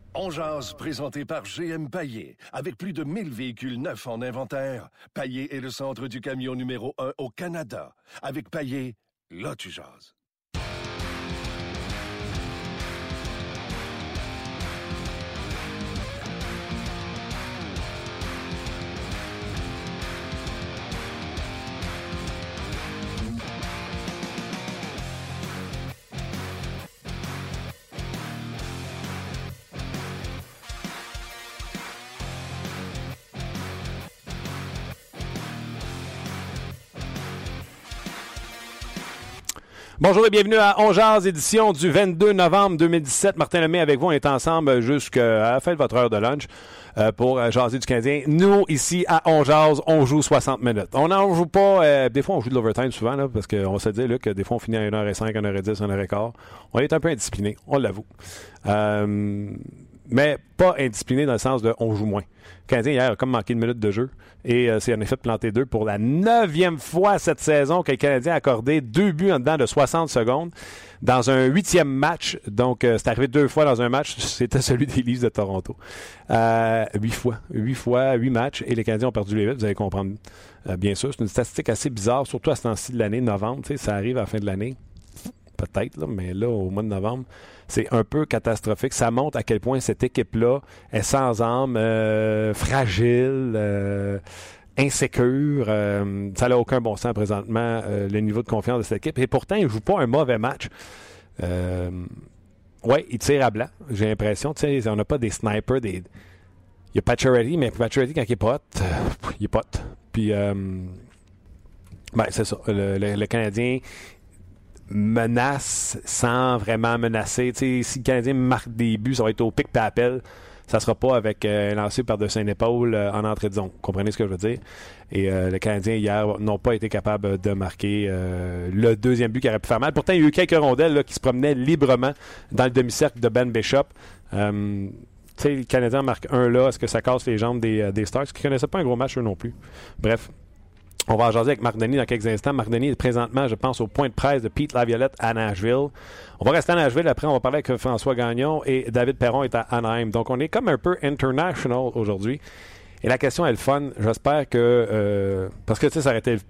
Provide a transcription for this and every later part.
On jase, présenté par GM Paillé. Avec plus de 1000 véhicules neufs en inventaire, Paillé est le centre du camion numéro 1 au Canada. Avec Paillé, là tu jases. Bonjour et bienvenue à On Jase, édition du 22 novembre 2017. Martin Lemay avec vous, on est ensemble jusqu'à la fin de votre heure de lunch pour jaser du Canadien. Nous, ici à On Jase, on joue 60 minutes. On n'en joue pas, des fois on joue de l'overtime souvent, là, parce qu'on va se dire là, que des fois on finit à 1h05, 1h10, 1h15. On est un peu indiscipliné, on l'avoue. Mais pas indiscipliné dans le sens de on joue moins. Le Canadien, hier, a comme manqué une minute de jeu et c'est en effet planté 2 pour la 9e fois cette saison que le Canadien a accordé 2 buts en dedans de 60 secondes dans un 8e match. Donc, c'est arrivé 2 fois dans un match. C'était celui des Leafs de Toronto. 8 fois, 8 matchs et les Canadiens ont perdu les 8. Vous allez comprendre, bien sûr. C'est une statistique assez bizarre, surtout à ce temps-ci de l'année, novembre. Tu sais, ça arrive à la fin de l'année. Peut-être, là, mais là, au mois de novembre, c'est un peu catastrophique. Ça montre à quel point cette équipe-là est sans âme, fragile, insécure. Ça n'a aucun bon sens présentement, le niveau de confiance de cette équipe. Et pourtant, ils ne jouent pas un mauvais match. Oui, ils tirent à blanc, j'ai l'impression. On n'a pas des snipers. Il y a Pacioretty, mais Pacioretty, quand il est pote, il est pote. Puis, c'est ça. Le Canadien menace sans vraiment menacer. T'sais, si le Canadien marque des buts, ça va être au pic et appel. Ça ne sera pas avec un lancé par-dessus une épaule en entrée de zone. Vous comprenez ce que je veux dire? Et le Canadien, hier, n'ont pas été capables de marquer le deuxième but qui aurait pu faire mal. Pourtant, il y a eu quelques rondelles là, qui se promenaient librement dans le demi-cercle de Ben Bishop. Le Canadien marque un là. Est-ce que ça casse les jambes des Stars qui ne connaissaient pas un gros match eux non plus? Bref. On va en jaser avec Marc Denis dans quelques instants. Marc Denis est présentement, je pense, au point de presse de Pete Laviolette à Nashville. On va rester à Nashville. Après, on va parler avec François Gagnon et David Perron est à Anaheim. Donc, on est comme un peu international aujourd'hui. Et la question est le fun. J'espère que... parce que, tu sais, ça aurait été...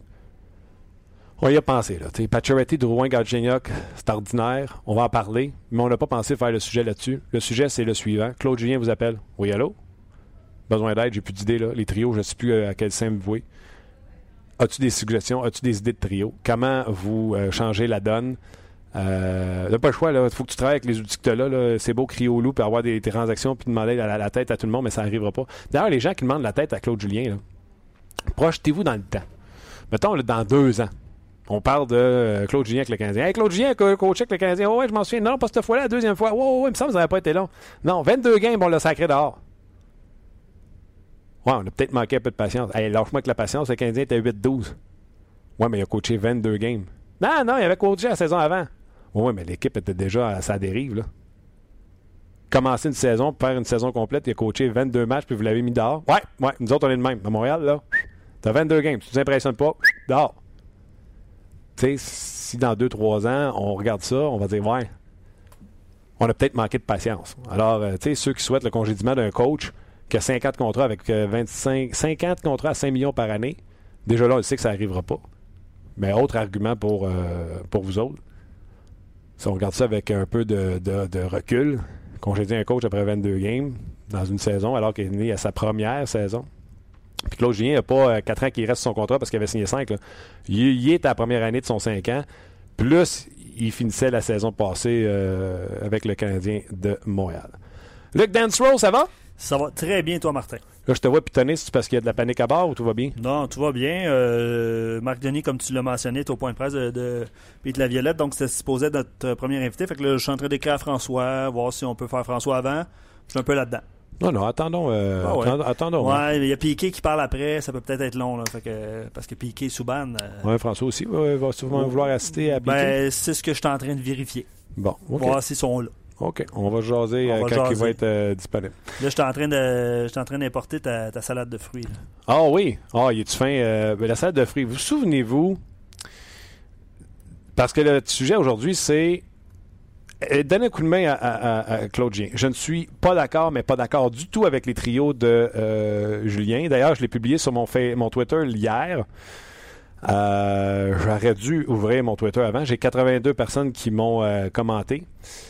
On y a pensé, là. Pacioretty, Drouin, Galchenyuk, c'est ordinaire. On va en parler. Mais on n'a pas pensé faire le sujet là-dessus. Le sujet, c'est le suivant. Claude Julien vous appelle. Oui, allô? Besoin d'aide, j'ai plus d'idées, là. Les trios, je ne sais plus à quel sein vous vouez. As-tu des suggestions? As-tu des idées de trio? Comment vous changez la donne? T'as pas le choix, là. Il faut que tu travailles avec les outils que tu as là. C'est beau crier au loup puis avoir des transactions puis demander la tête à tout le monde, mais ça n'arrivera pas. D'ailleurs, les gens qui demandent la tête à Claude Julien, là, projetez-vous dans le temps. Mettons, là, dans 2 ans, on parle de Claude Julien avec le Canadien. Hey, Claude Julien a coaché avec le Canadien. Oh, ouais, je m'en souviens. Non, pas cette fois-là, la deuxième fois. Ouais, il me semble que ça n'aurait pas été long. Non, 22 games, on l'a sacré dehors. Ouais, on a peut-être manqué un peu de patience. Hey, lâche-moi avec la patience, le Canadien était 8-12. Ouais, mais il a coaché 22 games. Non, il avait coaché la saison avant. Ouais, mais l'équipe était déjà à sa dérive, là. Commencer une saison, faire une saison complète, il a coaché 22 matchs, puis vous l'avez mis dehors. Ouais, nous autres, on est de même. À Montréal, là, t'as 22 games, tu t'impressionnes pas, dehors. Tu sais, si dans 2-3 ans, on regarde ça, on va dire, ouais, on a peut-être manqué de patience. Alors, tu sais, ceux qui souhaitent le congédiement d'un coach qui a 50 contrats avec 50 contrats à 5 millions par année, déjà là, on sait que ça n'arrivera pas. Mais autre argument pour vous autres, si on regarde ça avec un peu de recul, congédier un coach après 22 games dans une saison, alors qu'il est né à sa première saison. Puis Claude Julien n'a pas 4 ans qu'il reste sur son contrat parce qu'il avait signé 5. Là. Il est à la première année de son 5 ans. Plus, il finissait la saison passée avec le Canadien de Montréal. Luc Dansereau, ça va? Ça va très bien, toi, Martin. Là, je te vois pitonner, c'est parce qu'il y a de la panique à bord ou tout va bien? Non, tout va bien. Marc Denis, comme tu l'as mentionné, est au point de presse de Pete Laviolette, donc c'était supposé être notre premier invité. Fait que là, je suis en train d'écrire à François, voir si on peut faire François avant. Je suis un peu là-dedans. Non, attendons. Attendons. Ouais, il y a Piqué qui parle après, ça peut peut-être être long, là, fait que, parce que Piqué, Subban... Ouais, François aussi va souvent vouloir assister à Piqué. Ben, c'est ce que je suis en train de vérifier. Bon, OK. Voir s'ils sont là. OK, on va jaser quand il va être disponible. Là, je suis en train d'importer ta salade de fruits. Là. Ah oui, il est-tu fin? La salade de fruits, vous souvenez-vous, parce que le sujet aujourd'hui, c'est donner un coup de main à Claude Julien. Je ne suis pas d'accord, mais pas d'accord du tout avec les trios de Julien. D'ailleurs, je l'ai publié sur mon Twitter hier. J'aurais dû ouvrir mon Twitter avant. J'ai 82 personnes qui m'ont commenté.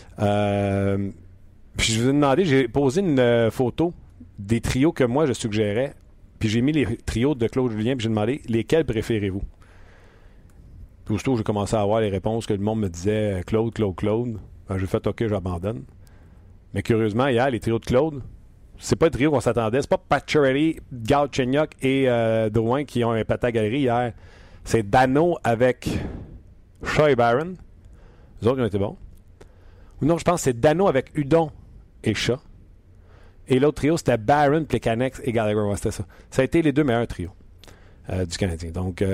Puis je vous ai demandé, j'ai posé une photo des trios que moi je suggérais. Puis j'ai mis les trios de Claude Julien. Puis j'ai demandé lesquels préférez-vous. Tout aussitôt, j'ai commencé à avoir les réponses que le monde me disait Claude. Ben, j'ai fait OK, j'abandonne. Mais curieusement, hier, les trios de Claude, c'est pas le trio qu'on s'attendait. C'est pas Pacioretty, Galchenyuk et Drouin qui ont un patin à galerie hier. C'est Dano avec Shaw et Barron. Les autres, ils ont été bons. Ou non, je pense que c'est Dano avec Hudon et Shaw. Et l'autre trio, c'était Barron, Plekanec et Gallagher. Ouais, c'était ça. Ça a été les deux meilleurs trios du Canadien. Donc,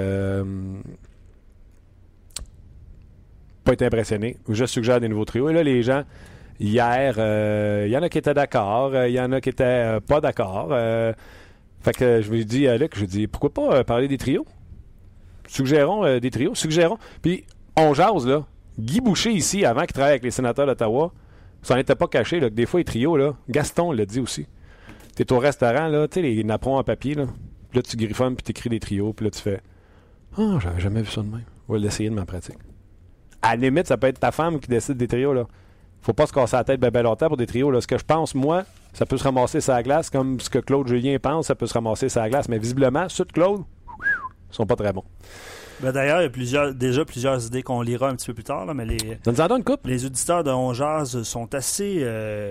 pas été impressionné. Je suggère des nouveaux trios. Et là, les gens, hier, il y en a qui étaient d'accord, il y en a qui étaient pas d'accord. Fait que je me dis à Luc, je dis pourquoi pas parler des trios? Suggérons des trios. Puis, on jase, là. Guy Boucher, ici, avant qu'il travaille avec les sénateurs d'Ottawa, ça n'en était pas caché, là, que des fois, les trios, là, Gaston l'a dit aussi. T'es au restaurant, là, tu sais, les napperons en papier, là. Puis là, tu griffonnes, puis t'écris des trios, puis là, tu fais « Ah, j'avais jamais vu ça de même. On va l'essayer de ma pratique. » À la limite, ça peut être ta femme qui décide des trios, là. Faut pas se casser la tête ben longtemps pour des trios, là. Ce que je pense, moi, ça peut se ramasser sur la glace, comme ce que Claude Julien pense, ça peut se ramasser sur la glace. Mais visiblement, ceux de Claude sont pas très bons. Ben d'ailleurs, il y a déjà plusieurs idées qu'on lira un petit peu plus tard, là, mais les auditeurs de On Jase sont assez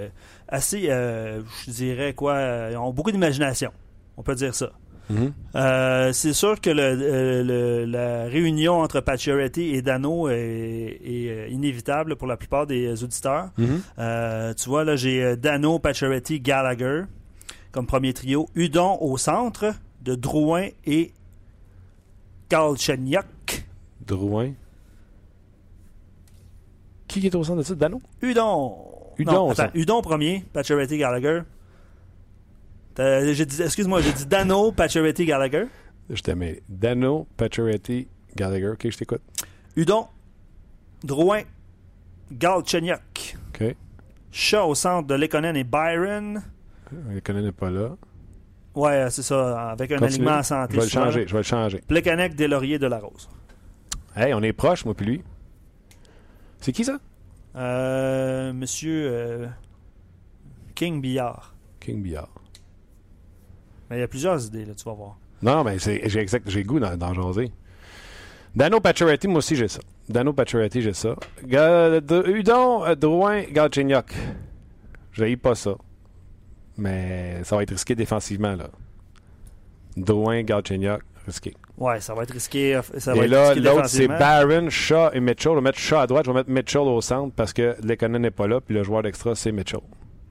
je dirais quoi, ils ont beaucoup d'imagination. On peut dire ça. Mm-hmm. C'est sûr que la réunion entre Pacioretty et Dano est inévitable pour la plupart des auditeurs. Mm-hmm. Tu vois, là, j'ai Dano, Pacioretty, Gallagher comme premier trio. Hudon au centre de Drouin et Galchenyuk. Drouin. Qui est au centre de ça? Dano? Hudon premier, Pacioretty, Gallagher. J'ai dit Dano, Pacioretty, Gallagher. Je t'aimais. Dano, Pacioretty, Gallagher. OK, je t'écoute. Hudon, Drouin, Galchenyuk. OK. Shaw au centre de Lekonen et Byron. Lekonen n'est pas là. Ouais, c'est ça, avec un alignement en santé. Je vais le changer. Plekanec, Deslauriers, Delarose. Hey, on est proche, moi puis lui. C'est qui ça? Monsieur King Billard. Mais il y a plusieurs idées, là, tu vas voir. Non, mais j'ai goût dans jaser. Dano, Pacioretty, moi aussi, j'ai ça. Hudon, Drouin, Galchenyuk. Je n'ai pas ça. Mais ça va être risqué défensivement, là. Drouin, Galchenyuk, risqué. Ouais, ça va être risqué. Et là, l'autre, c'est Barron, Shaw et Mitchell. Je vais mettre Shaw à droite, je vais mettre Mitchell au centre parce que Lekonen n'est pas là, puis le joueur d'extra, c'est Mitchell.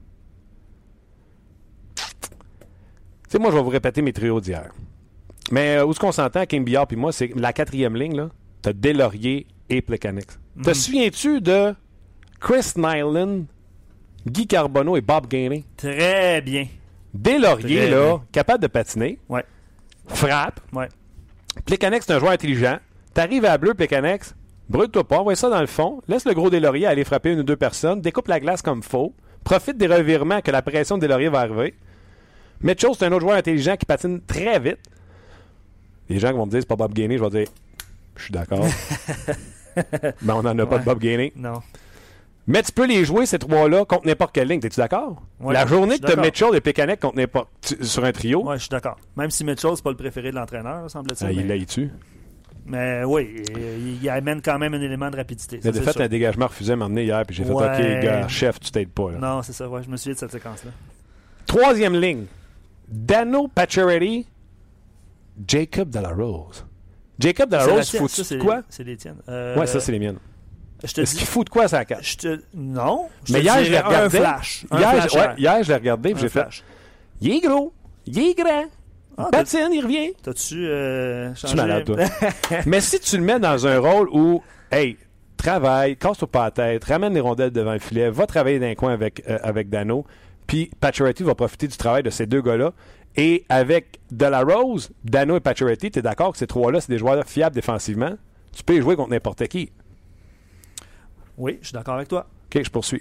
Tu sais, moi, je vais vous répéter mes trios d'hier. Mais où est-ce qu'on s'entend, King Billard puis moi, c'est la quatrième ligne, là. T'as Deslauriers et Plekanec. Te souviens-tu de Chris Nyland, Guy Carbonneau et Bob Gainey? Très bien. Deslauriers, là, capable de patiner. Ouais. Frappe. Ouais. Plekanec, c'est un joueur intelligent. T'arrives à bleu, Plekanec, brûle-toi pas, envoie ça dans le fond, laisse le gros Deslauriers aller frapper une ou deux personnes, découpe la glace comme faux, profite des revirements que la pression de Deslauriers va arriver. Mitchell, c'est un autre joueur intelligent qui patine très vite. Les gens qui vont me dire c'est pas Bob Gainey, je vais dire je suis d'accord. Mais on n'en a pas de Bob Gainey. Non. Mais tu peux les jouer, ces trois-là, contre n'importe quelle ligne. T'es-tu d'accord? Ouais, la journée que tu as Mitchell et Plekanec contre sur un trio. Oui, je suis d'accord. Même si Mitchell, c'est pas le préféré de l'entraîneur, semble-t-il. Il l'a-tu? Mais oui, il amène quand même un élément de rapidité. Il a fait un dégagement refusé à m'emmener hier, puis j'ai fait OK, gars, chef, tu t'aides pas. Là. Non, c'est ça, ouais, je me souviens de cette séquence-là. Troisième ligne. Dano, Pacioretty, Jacob Delarose. Jacob Delarose, faut-tu de quoi? C'est les tiennes. Ouais, ça, c'est les miennes. Est-ce qu'il fout de quoi ça cache? Non. Mais hier, je l'ai regardé. Hier, je l'ai regardé et j'ai fait. Il est gros. Il est grand. Patine, il revient. T'as-tu changé? Tu malade, toi. Mais si tu le mets dans un rôle où, hey, travaille, casse-toi pas la tête, ramène les rondelles devant le filet, va travailler dans un coin avec Dano, puis Pacioretty va profiter du travail de ces deux gars-là. Et avec Delarose, Dano et Pacioretty, t'es d'accord que ces trois-là, c'est des joueurs fiables défensivement? Tu peux y jouer contre n'importe qui. Oui, je suis d'accord avec toi. OK, je poursuis.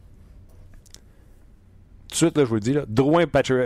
Tout de suite, là, je vous le dis, là, Drouin,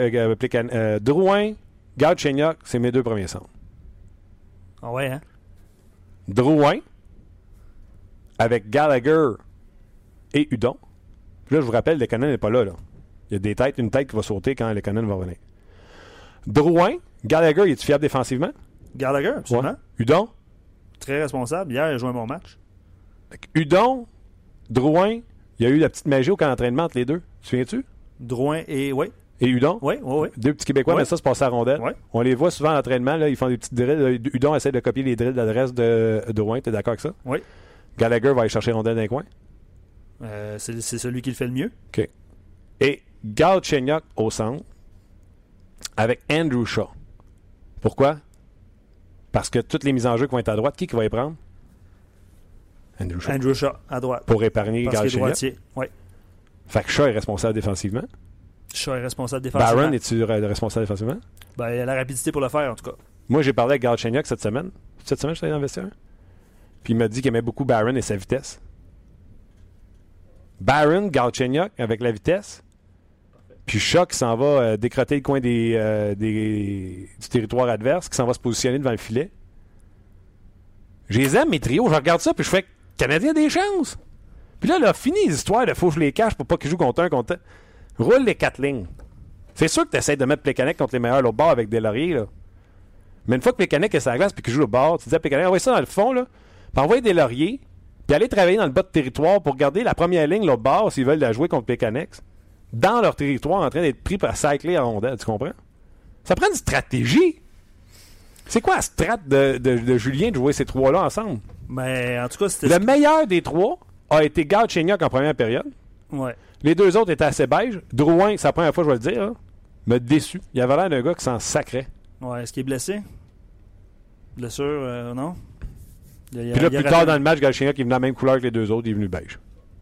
Galchenyuk, c'est mes 2 premiers centres. Ah ouais, hein? Drouin, avec Gallagher et Hudon. Puis là, je vous rappelle, Lekonen n'est pas là. Il y a une tête qui va sauter quand Lekonen va revenir. Drouin, Gallagher, il est fiable défensivement? Gallagher, absolument. Ouais. Hudon? Très responsable. Hier, il a joué un bon match. Hudon, Drouin, il y a eu la petite magie au camp d'entraînement entre les deux. Tu te souviens-tu? Drouin et... Oui. Et Hudon? Oui. 2 petits Québécois, mais ça, c'est passé à rondelle. Oui. On les voit souvent à l'entraînement. Là, ils font des petites drills. Hudon essaie de copier les drills d'adresse de Drouin. Tu es d'accord avec ça? Oui. Gallagher va aller chercher rondelle dans les coins. C'est celui qui le fait le mieux. OK. Et Galchenyuk au centre avec Andrew Shaw. Pourquoi? Parce que toutes les mises en jeu qui vont être à droite, qui va y prendre? Andrew Shaw à droite. Pour épargner Parce qu'il est Galchenyuk. droitier. Oui. Fait que Shaw est responsable défensivement. Shaw est responsable défensivement. Barron, es-tu responsable défensivement? Ben, il a la rapidité pour le faire, en tout cas. Moi, j'ai parlé avec Galchenyuk cette semaine. Cette semaine, je suis allé dans le vestiaire. Puis il m'a dit qu'il aimait beaucoup Barron et sa vitesse. Barron, Galchenyuk avec la vitesse. Puis Shaw qui s'en va décrotter le coin du territoire adverse, qui s'en va se positionner devant le filet. Je les aime, mes trios. Je regarde ça, puis je fais Canadien a des chances. Puis là, fini les histoires de faut que je les cache pour pas qu'ils jouent contre un. Roule les 4 lignes. C'est sûr que tu essaies de mettre Plekanec contre les meilleurs l'autre bord avec Deslauriers, là. Mais une fois que Plekanec est sur la glace puis qu'il joue au bord, tu dis à Plekanec, envoie ça dans le fond, là, puis envoyer Deslauriers, puis aller travailler dans le bas de territoire pour garder la première ligne l'autre bord s'ils veulent la jouer contre Plekanec, dans leur territoire en train d'être pris par cycler en rondelle, tu comprends? Ça prend une stratégie. C'est quoi la strat de Julien de jouer ces 3-là ensemble? Mais en tout cas, c'était... Le meilleur des 3 a été Galchenyuk en première période. Ouais. Les 2 autres étaient assez beige. Drouin, c'est la première fois que je vais le dire, hein, m'a déçu. Il avait l'air d'un gars qui s'en sacrait. Ouais, est-ce qu'il est blessé? Blessure, non? Puis là, plus tard dans le match, Galchenyuk, il est venu la même couleur que les 2 autres, il est venu beige.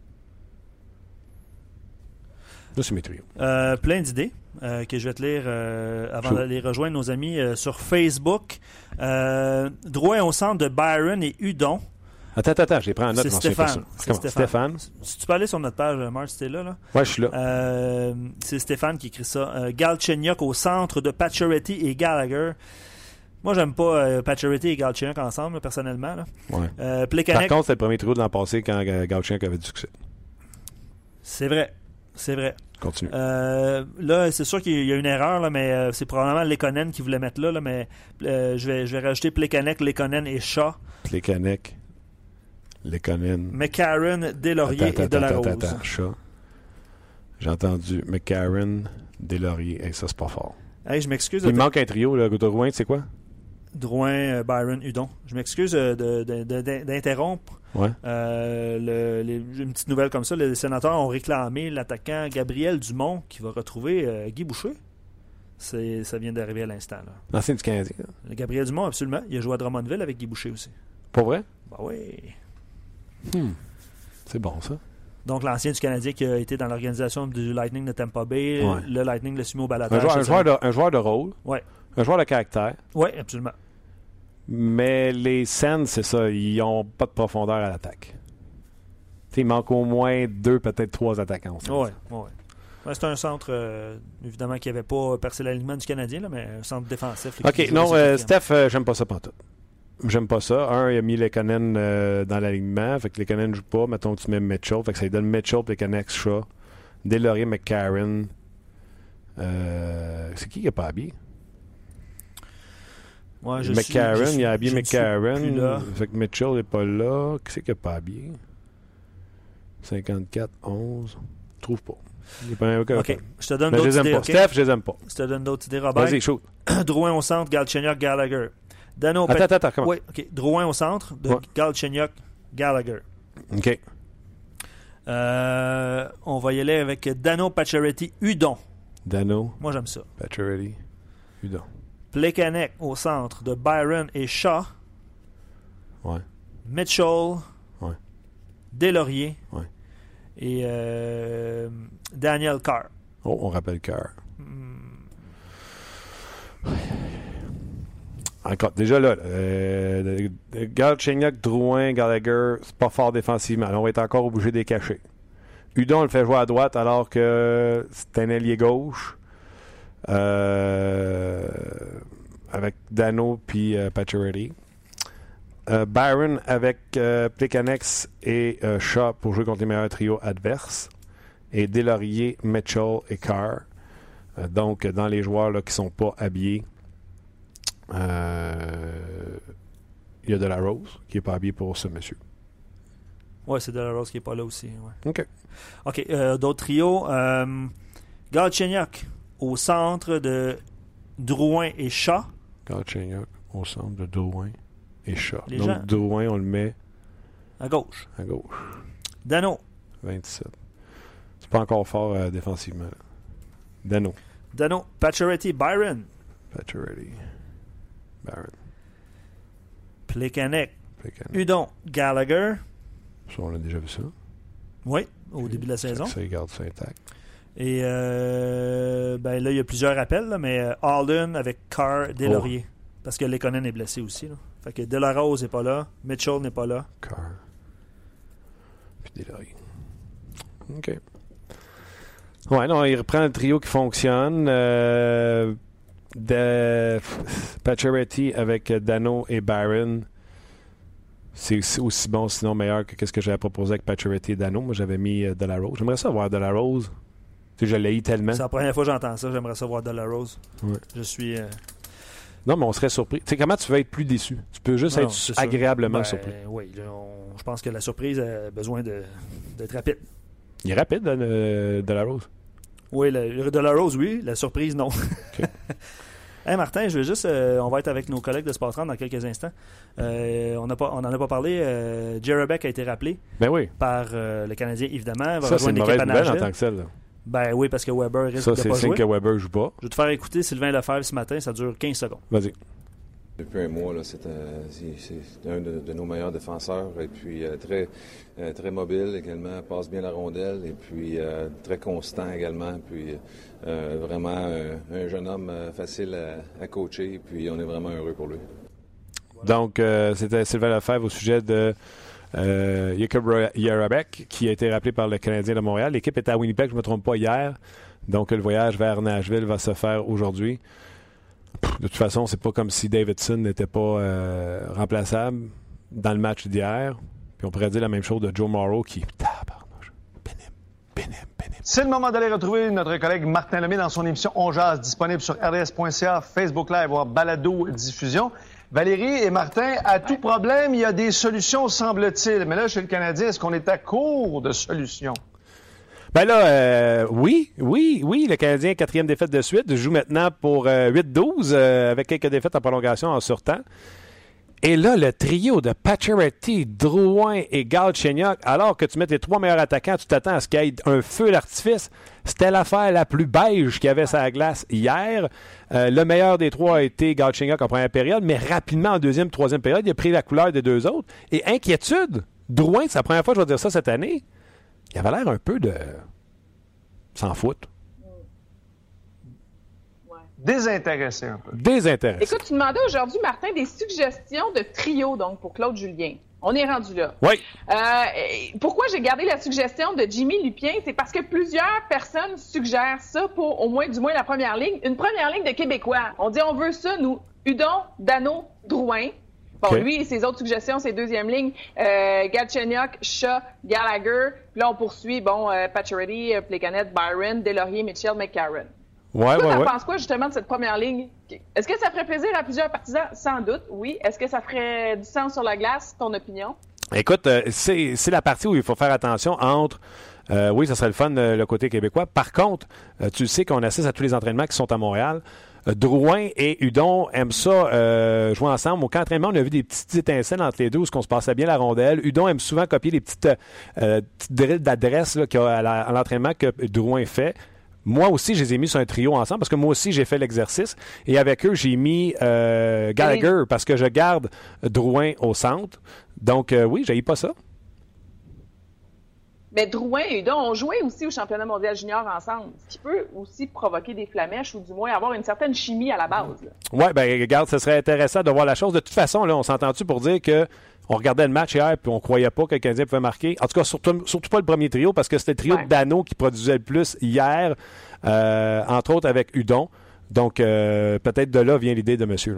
Là, c'est mes trios. Plein d'idées que je vais te lire avant d'aller rejoindre nos amis sur Facebook. Drouin au centre de Byron et Hudon. Attends, je les prends en note. C'est Stéphane. Stéphane. Si tu peux aller sur notre page, Marc, si t'es là. Ouais, je suis là. C'est Stéphane qui écrit ça. Galchenyuk au centre de Pacioretty et Gallagher. Moi, j'aime pas Pacioretty et Galchenyuk ensemble, personnellement. Là. Ouais. Plekanec... Par contre, c'est le premier trio de l'an passé quand Galchenyuk avait du succès. C'est vrai. Continue. Là, c'est sûr qu'il y a une erreur, là, mais c'est probablement Lekonen qui voulait mettre là, mais je vais rajouter Plekanec, Lekonen et Shaw. Plekanec, Lekonen. McCarron, Deslauriers et Delarose. Attends, Shaw. J'ai entendu McCarron, Deslauriers. Hey, ça, c'est pas fort. Hey, je m'excuse. Il manque un trio, là. Drouin, c'est quoi? Drouin, Byron, Hudon. Je m'excuse d'interrompre. Ouais. Une petite nouvelle comme ça. Les sénateurs ont réclamé l'attaquant Gabriel Dumont qui va retrouver Guy Boucher. Ça vient d'arriver à l'instant. Là. L'ancien du Canadien. Le Gabriel Dumont, absolument. Il a joué à Drummondville avec Guy Boucher aussi. Pas vrai? Ben oui. C'est bon, ça. Donc, l'ancien du Canadien qui a été dans l'organisation du Lightning de Tampa Bay. Ouais. Le Lightning le soumis au balotage. Un joueur de rôle. Ouais. Un joueur de caractère. Oui, absolument. Mais les Sens, c'est ça. Ils n'ont pas de profondeur à l'attaque. Il manque au moins 2, peut-être 3 attaquants. Oui. Ouais, c'est un centre, évidemment, qui n'avait pas percé l'alignement du Canadien, là, mais un centre défensif. Là, OK, non, Steph, j'aime pas ça pantoute. J'aime pas ça. Il a mis Lekonen dans l'alignement. Fait que Lekonen ne joue pas. Mettons, tu mets Mitchell. Fait que ça lui donne Mitchell, Plekanec, Shaw, Deslauriers, McCarron. C'est qui n'a pas habillé? Ouais, McCarron, il a habillé McCarron. Fait que Mitchell n'est pas là. Qui c'est qui n'a pas habillé? 54, 11. Je trouve pas. OK. Je te donne mais d'autres idées. Okay? Steph, je les aime pas. Je te donne d'autres idées, Robert. Vas-y, shoot. Drouin au centre, Galchenyuk, Gallagher. Attends, comment? Oui, OK. Drouin au centre, Galchenyuk, Gallagher. OK. On va y aller avec Dano, Pacioretty, Hudon. Dano. Moi, j'aime ça. Pacioretty, Hudon. Plekanec au centre de Byron et Shaw. Ouais. Mitchell. Ouais. Deslauriers. Ouais. Et Daniel Carr. Oh, on rappelle Carr. Encore, déjà là, Galchenyuk, Drouin, Gallagher, c'est pas fort défensivement. Là, on va être encore obligé de les cacher. Hudon le fait jouer à droite alors que c'est un ailier gauche. Avec Dano puis Pacioretty. Byron avec Plekanec et Shaw pour jouer contre les meilleurs trios adverses. Et Deslauriers, Mitchell et Carr. Donc, dans les joueurs là, qui ne sont pas habillés, il y a Delarose qui n'est pas habillé pour ce monsieur. Oui, c'est Delarose qui n'est pas là aussi. Ouais. OK. D'autres trios. Galchenyuk au centre de Drouin et Shaw. Galchenyuk au centre de Drouin et Shaw. Les donc, gens... Drouin, on le met à gauche. À gauche. Dano. 27. C'est pas encore fort défensivement. Dano. Pacioretty, Byron. Pacioretty, Byron. Plekanec. Hudon, Gallagher. Ça, on a déjà vu ça. Oui, au début de la saison. Ça garde ça intact. Et là, il y a plusieurs appels, là, mais Alden avec Carr, Deslauriers. Parce que Lekonen est blessé aussi. Là. Fait que Delarose n'est pas là. Mitchell n'est pas là. Carr. Puis Deslauriers. OK. Ouais, non, il reprend le trio qui fonctionne. Pacioretty avec Dano et Byron. C'est aussi bon, sinon meilleur que ce que j'avais proposé avec Pacioretty et Dano. Moi, j'avais mis Delarose. J'aimerais ça voir Delarose. Tu sais, je l'ai tellement. C'est la première fois que j'entends ça. J'aimerais ça voir Delarose. Ouais. Je suis... Non, mais on serait surpris. Tu sais, comment tu vas être plus déçu? Tu peux juste être agréablement surpris. Oui, je pense que la surprise a besoin d'être rapide. Il est rapide, Delarose? Oui, Delarose, oui. La surprise, non. Okay. Hey Martin, je veux juste... on va être avec nos collègues de Sport 30 dans quelques instants. On n'en a pas parlé. Jerabek a été rappelé par le Canadien, évidemment. Ça, c'est une mauvaise nouvelle en tant que celle. Ben oui, parce que Weber risque de pas jouer. Ça, c'est signe que Weber ne joue pas. Je vais te faire écouter Sylvain Lefebvre ce matin. Ça dure 15 secondes. Vas-y. Depuis un mois, là, c'est un de nos meilleurs défenseurs. Et puis, très mobile également. Passe bien la rondelle. Et puis, très constant également. Puis, vraiment un jeune homme facile à coacher. Et puis, on est vraiment heureux pour lui. Donc, c'était Sylvain Lefebvre au sujet de Jakub Jerabek, qui a été rappelé par le Canadien de Montréal. L'équipe était à Winnipeg, je ne me trompe pas, hier. Donc, le voyage vers Nashville va se faire aujourd'hui. De toute façon, c'est pas comme si Davidson n'était pas remplaçable dans le match d'hier. Puis on pourrait dire la même chose de Joe Morrow qui... Pénible. C'est le moment d'aller retrouver notre collègue Martin Lemay dans son émission On Jase, disponible sur RDS.ca, Facebook Live, voire Balado Diffusion. Valérie et Martin, à tout problème, il y a des solutions, semble-t-il. Mais là, chez le Canadien, est-ce qu'on est à court de solutions? Ben là, oui, le Canadien, 4e défaite de suite, joue maintenant pour 8-12, avec quelques défaites en prolongation en surtemps. Et là, le trio de Pacioretty, Drouin et Galchenyuk, alors que tu mets tes 3 meilleurs attaquants, tu t'attends à ce qu'il y ait un feu d'artifice. C'était l'affaire la plus beige qu'il y avait sur la glace hier. Le meilleur des 3 a été Galchenyuk en première période, mais rapidement en deuxième, troisième période, il a pris la couleur des 2 autres. Et inquiétude, Drouin, c'est la première fois que je vais dire ça cette année, il avait l'air un peu de... s'en foutre. Désintéressé un peu. Désintéressé. Écoute, tu demandais aujourd'hui, Martin, des suggestions de trio, donc, pour Claude Julien. On est rendu là. Oui. Pourquoi j'ai gardé la suggestion de Jimmy Lupien? C'est parce que plusieurs personnes suggèrent ça pour au moins, du moins, la première ligne. Une première ligne de Québécois. On dit, on veut ça, nous. Hudon, Dano, Drouin. Bon, okay. Lui, ses autres suggestions, c'est deuxième ligne. Galchenyuk, Shaw, Gallagher. Puis là, on poursuit, Pacioretty, Plekanec, Byron, Deslauriers, Mitchell, McCarron. Ouais. T'en penses quoi, justement, de cette première ligne? Est-ce que ça ferait plaisir à plusieurs partisans? Sans doute, oui. Est-ce que ça ferait du sens sur la glace, ton opinion? Écoute, c'est la partie où il faut faire attention entre... oui, ça serait le fun, le côté québécois. Par contre, tu sais qu'on assiste à tous les entraînements qui sont à Montréal. Drouin et Hudon aiment ça jouer ensemble. Au camp d'entraînement, on a vu des petites étincelles entre les deux où on se passait bien la rondelle. Hudon aime souvent copier les petites drills d'adresse là, qu'il y a à l'entraînement que Drouin fait. Moi aussi, je les ai mis sur un trio ensemble parce que moi aussi, j'ai fait l'exercice. Et avec eux, j'ai mis Gallagher parce que je garde Drouin au centre. Donc, oui, j'haïs pas ça. Mais Drouin et Hudon ont joué aussi au championnat mondial junior ensemble, ce qui peut aussi provoquer des flamèches ou du moins avoir une certaine chimie à la base. Oui, bien, regarde, ce serait intéressant de voir la chose. De toute façon, là, on s'entend-tu pour dire que on regardait le match hier puis on croyait pas que le Canadien pouvait marquer. En tout cas, surtout pas le premier trio, parce que c'était le trio de Dano qui produisait le plus hier, entre autres avec Hudon. Donc, peut-être de là vient l'idée de monsieur. Là.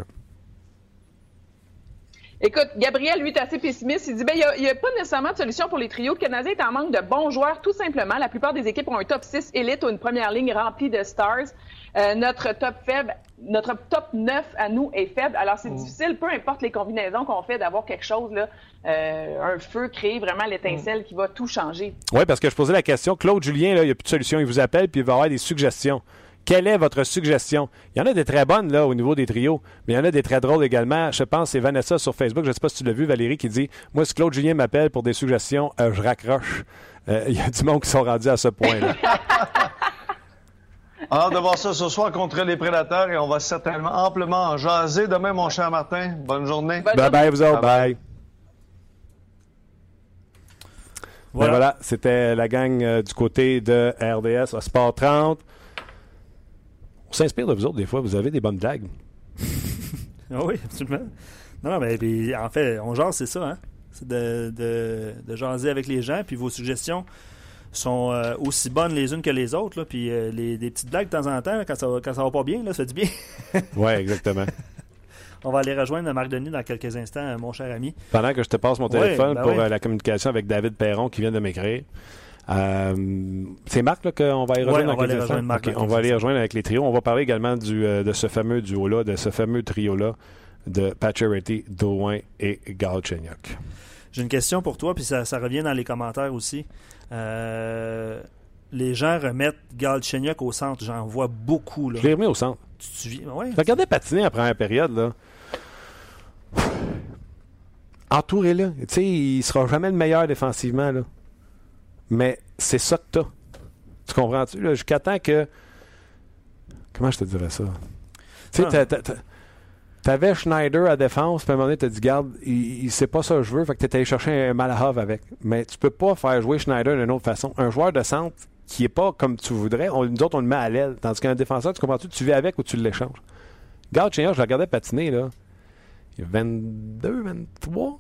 Écoute, Gabriel, lui, est assez pessimiste. Il dit, il n'y a pas nécessairement de solution pour les trios. Le Canadien est en manque de bons joueurs, tout simplement. La plupart des équipes ont un top 6 élite ou une première ligne remplie de stars. Notre top 9 à nous est faible. Alors, c'est difficile, peu importe les combinaisons qu'on fait, d'avoir quelque chose, là, un feu, créer vraiment l'étincelle qui va tout changer. Oui, parce que je posais la question. Claude Julien, là, il n'y a plus de solution. Il vous appelle puis il va avoir des suggestions. Quelle est votre suggestion? Il y en a des très bonnes là, au niveau des trios, mais il y en a des très drôles également. Je pense que c'est Vanessa sur Facebook, je ne sais pas si tu l'as vu, Valérie, qui dit « Moi, si Claude Julien m'appelle pour des suggestions, je raccroche. » Il y a du monde qui sont rendus à ce point-là. On a hâte de voir ça ce soir contre les Prédateurs et on va certainement amplement en jaser. Demain, mon cher Martin, bonne journée. Bye-bye, vous autres. Bye. Voilà, c'était la gang du côté de RDS à Sport 30. On s'inspire de vous autres, des fois. Vous avez des bonnes blagues. Oui, absolument. Non, mais puis, en fait, on jase, c'est ça, hein? C'est de jaser avec les gens, puis vos suggestions sont aussi bonnes les unes que les autres, là, puis des petites blagues de temps en temps, là, quand ça va pas bien, là, ça fait du bien. Oui, exactement. On va aller rejoindre Marc Denis dans quelques instants, mon cher ami. Pendant que je te passe mon téléphone pour la communication avec David Perron qui vient de m'écrire. C'est Marc là, qu'on va y rejoindre dans quelques instants. On va aller rejoindre avec les trios. On va parler également de ce fameux duo-là, de ce fameux trio-là de Pacioretty, Drouin et Galchenyuk. J'ai une question pour toi, puis ça revient dans les commentaires aussi. Les gens remettent Galchenyuk au centre. J'en vois beaucoup. Là. Je l'ai remis au centre. Ouais. Je regardais patiner en première période. Là. Entouré-là. Tu sais, il sera jamais le meilleur défensivement. Là. Mais c'est ça que t'as. Tu comprends-tu? Là? Jusqu'à temps que... Comment je te dirais ça? Tu sais, t'avais Schneider à défense, puis à un moment donné, t'as dit, garde, il sait pas ça que je veux, fait que t'es allé chercher un Malahov avec. Mais tu peux pas faire jouer Schneider d'une autre façon. Un joueur de centre qui est pas comme tu voudrais, nous autres, on le met à l'aile. Tandis qu'un défenseur, tu comprends-tu? Tu vis avec ou tu l'échanges. Galchenyuk, je le regardais patiner, là. Il y a 22, 23...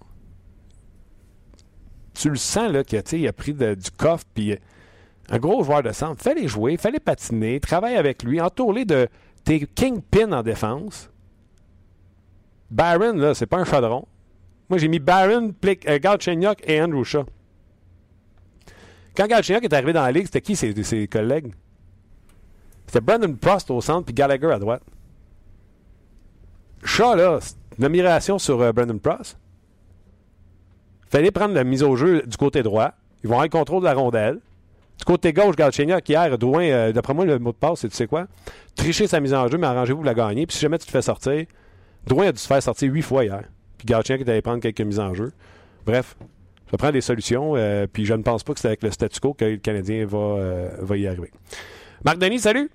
Tu le sens là, qu'il a pris du coffre, puis un gros joueur de centre. Fais-les jouer, fais-les patiner, travaille avec lui, entoure-les de tes kingpins en défense. Barron, là, c'est pas un chaudron. Moi, j'ai mis Barron, Galchenyuk et Andrew Shaw. Quand Galchenyuk est arrivé dans la ligue, c'était qui ses collègues? C'était Brandon Prost au centre, puis Gallagher à droite. Shaw, là, c'est une admiration sur Brandon Prost. Fallait prendre la mise au jeu du côté droit. Ils vont avoir le contrôle de la rondelle. Du côté gauche, Galchenyuk, hier, Drouin, d'après moi, le mot de passe, c'est tu sais quoi? Tricher sa mise en jeu, mais arrangez-vous de la gagner. Puis si jamais tu te fais sortir, Drouin a dû se faire sortir 8 fois hier. Puis Galchenyuk est allé prendre quelques mises en jeu. Bref, ça prend des solutions. Puis je ne pense pas que c'est avec le statu quo que le Canadien va y arriver. Marc Denis, salut!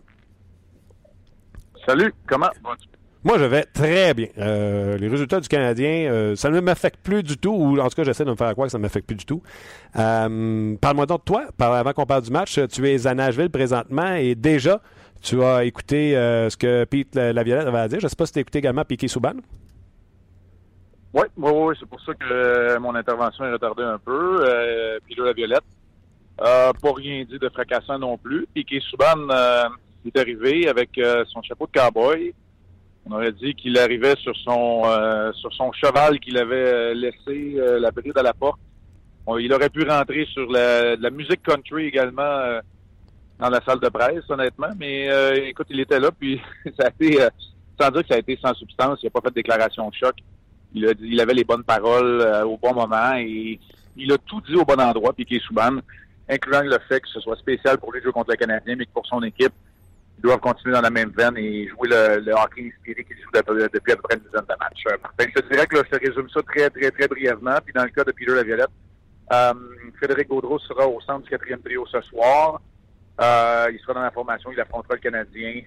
Salut, comment vas-tu? Moi, je vais très bien. Les résultats du Canadien, ça ne m'affecte plus du tout, ou en tout cas, j'essaie de me faire croire que ça ne m'affecte plus du tout. Parle-moi donc de toi, avant qu'on parle du match. Tu es à Nashville présentement et déjà, tu as écouté ce que Pete Laviolette avait à dire. Je ne sais pas si tu as écouté également Piquet Souban. Oui, c'est pour ça que mon intervention est retardée un peu. Peter Laviolette n'a pas rien dit de fracassant non plus. Piquet Souban est arrivé avec son chapeau de cowboy. On aurait dit qu'il arrivait sur son cheval qu'il avait laissé la bride à la porte. Il aurait pu rentrer sur la musique country également dans la salle de presse, honnêtement. Mais écoute, il était là, puis ça a été, sans dire que ça a été sans substance, il n'a pas fait de déclaration de choc. Il avait les bonnes paroles au bon moment et il a tout dit au bon endroit, Piquet Souban, incluant le fait que ce soit spécial pour les jeux contre le Canadien, mais que pour son équipe, ils doivent continuer dans la même veine et jouer le hockey inspiré qu'ils jouent depuis à peu près une dizaine de matchs. Je te dirais que là, je te résume ça très, très, très brièvement. Puis dans le cas de Peter Laviolette, Frédéric Gaudreau sera au centre du 4e trio ce soir. Il sera dans la formation, il affrontera le Canadien.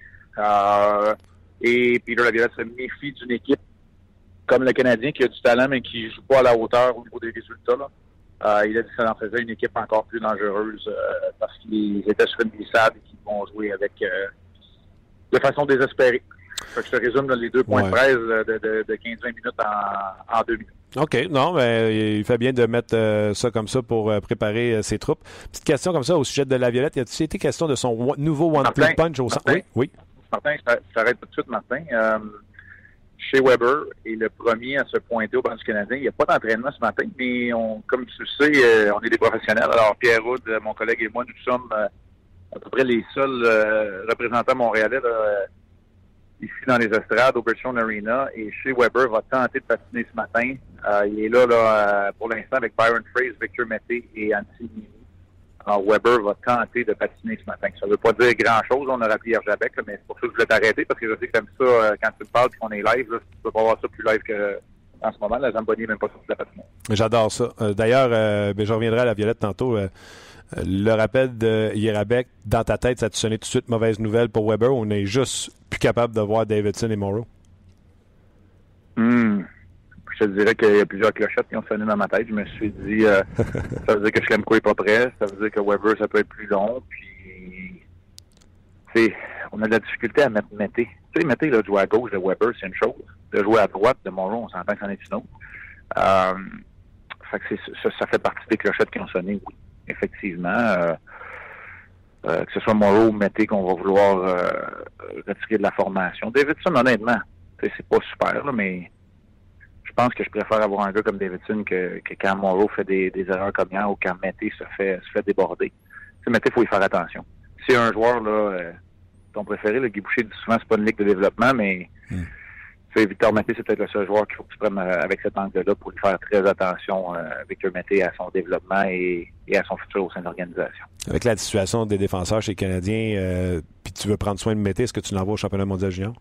Et Peter Laviolette se méfie d'une équipe comme le Canadien qui a du talent mais qui ne joue pas à la hauteur au niveau des résultats. Il a dit que ça en faisait une équipe encore plus dangereuse parce qu'ils étaient sur une glissade et qu'ils vont jouer avec de façon désespérée. Fait que je te résume les 2 points de presse de 15-20 minutes en 2 minutes. OK. Non, mais il fait bien de mettre ça comme ça pour préparer ses troupes. Petite question comme ça au sujet de Laviolette. Y a-t-il été question de son nouveau one-two punch au centre? Oui. Martin, je t'arrête tout de suite, Martin. Shea Weber est le premier à se pointer au banc du Canadien. Il n'y a pas d'entraînement ce matin, mais comme tu le sais, on est des professionnels. Alors, Pierre Houd, mon collègue et moi, nous sommes à peu près les seuls représentants montréalais ici dans les estrades, au Birchland Arena. Et Shea Weber va tenter de patiner ce matin. Il est là pour l'instant avec Byron Fraser, Victor Mété et Antti Niemi. Alors, Weber va tenter de patiner ce matin. Ça ne veut pas dire grand-chose. On a rappelé hier Jabec, mais c'est pour ça que je voulais t'arrêter, parce que je sais que tu aimes ça quand tu me parles et qu'on est live. Là, tu peux pas voir ça plus live qu'en ce moment. La Zamboni n'est même pas sortie de la patinoire. J'adore ça. D'ailleurs, je reviendrai à la Violette tantôt. Le rappel de Yerabek, dans ta tête, ça a sonné tout de suite mauvaise nouvelle pour Weber. On est juste plus capable de voir Davidson et Morrow. Je te dirais qu'il y a plusieurs clochettes qui ont sonné dans ma tête. Je me suis dit, ça veut dire que Schlemko n'est pas prêt. Ça veut dire que Weber, ça peut être plus long. Puis, on a de la difficulté à mettre Mété. Tu sais, Mété, là, de jouer à gauche de Weber, c'est une chose. De jouer à droite de Morrow, on s'entend que c'en est une autre. Fait que ça fait partie des clochettes qui ont sonné, oui. Effectivement. Que ce soit Morrow ou Mété qu'on va vouloir retirer de la formation. Davidson, honnêtement, c'est pas super, là, mais je pense que je préfère avoir un gars comme Davidson que quand Morrow fait des erreurs comme hier ou quand Mété se fait déborder. Tu sais, Mété, il faut y faire attention. C'est un joueur, là, ton préféré, le Guy Boucher, dit souvent, c'est pas une ligue de développement, mais Victor Mété, c'est peut-être le seul joueur qu'il faut que tu prennes avec cet angle-là pour lui faire très attention, Victor Mété, à son développement et à son futur au sein de l'organisation. Avec la situation des défenseurs chez les Canadiens, puis tu veux prendre soin de Mété, est-ce que tu l'envoies au championnat mondial junior?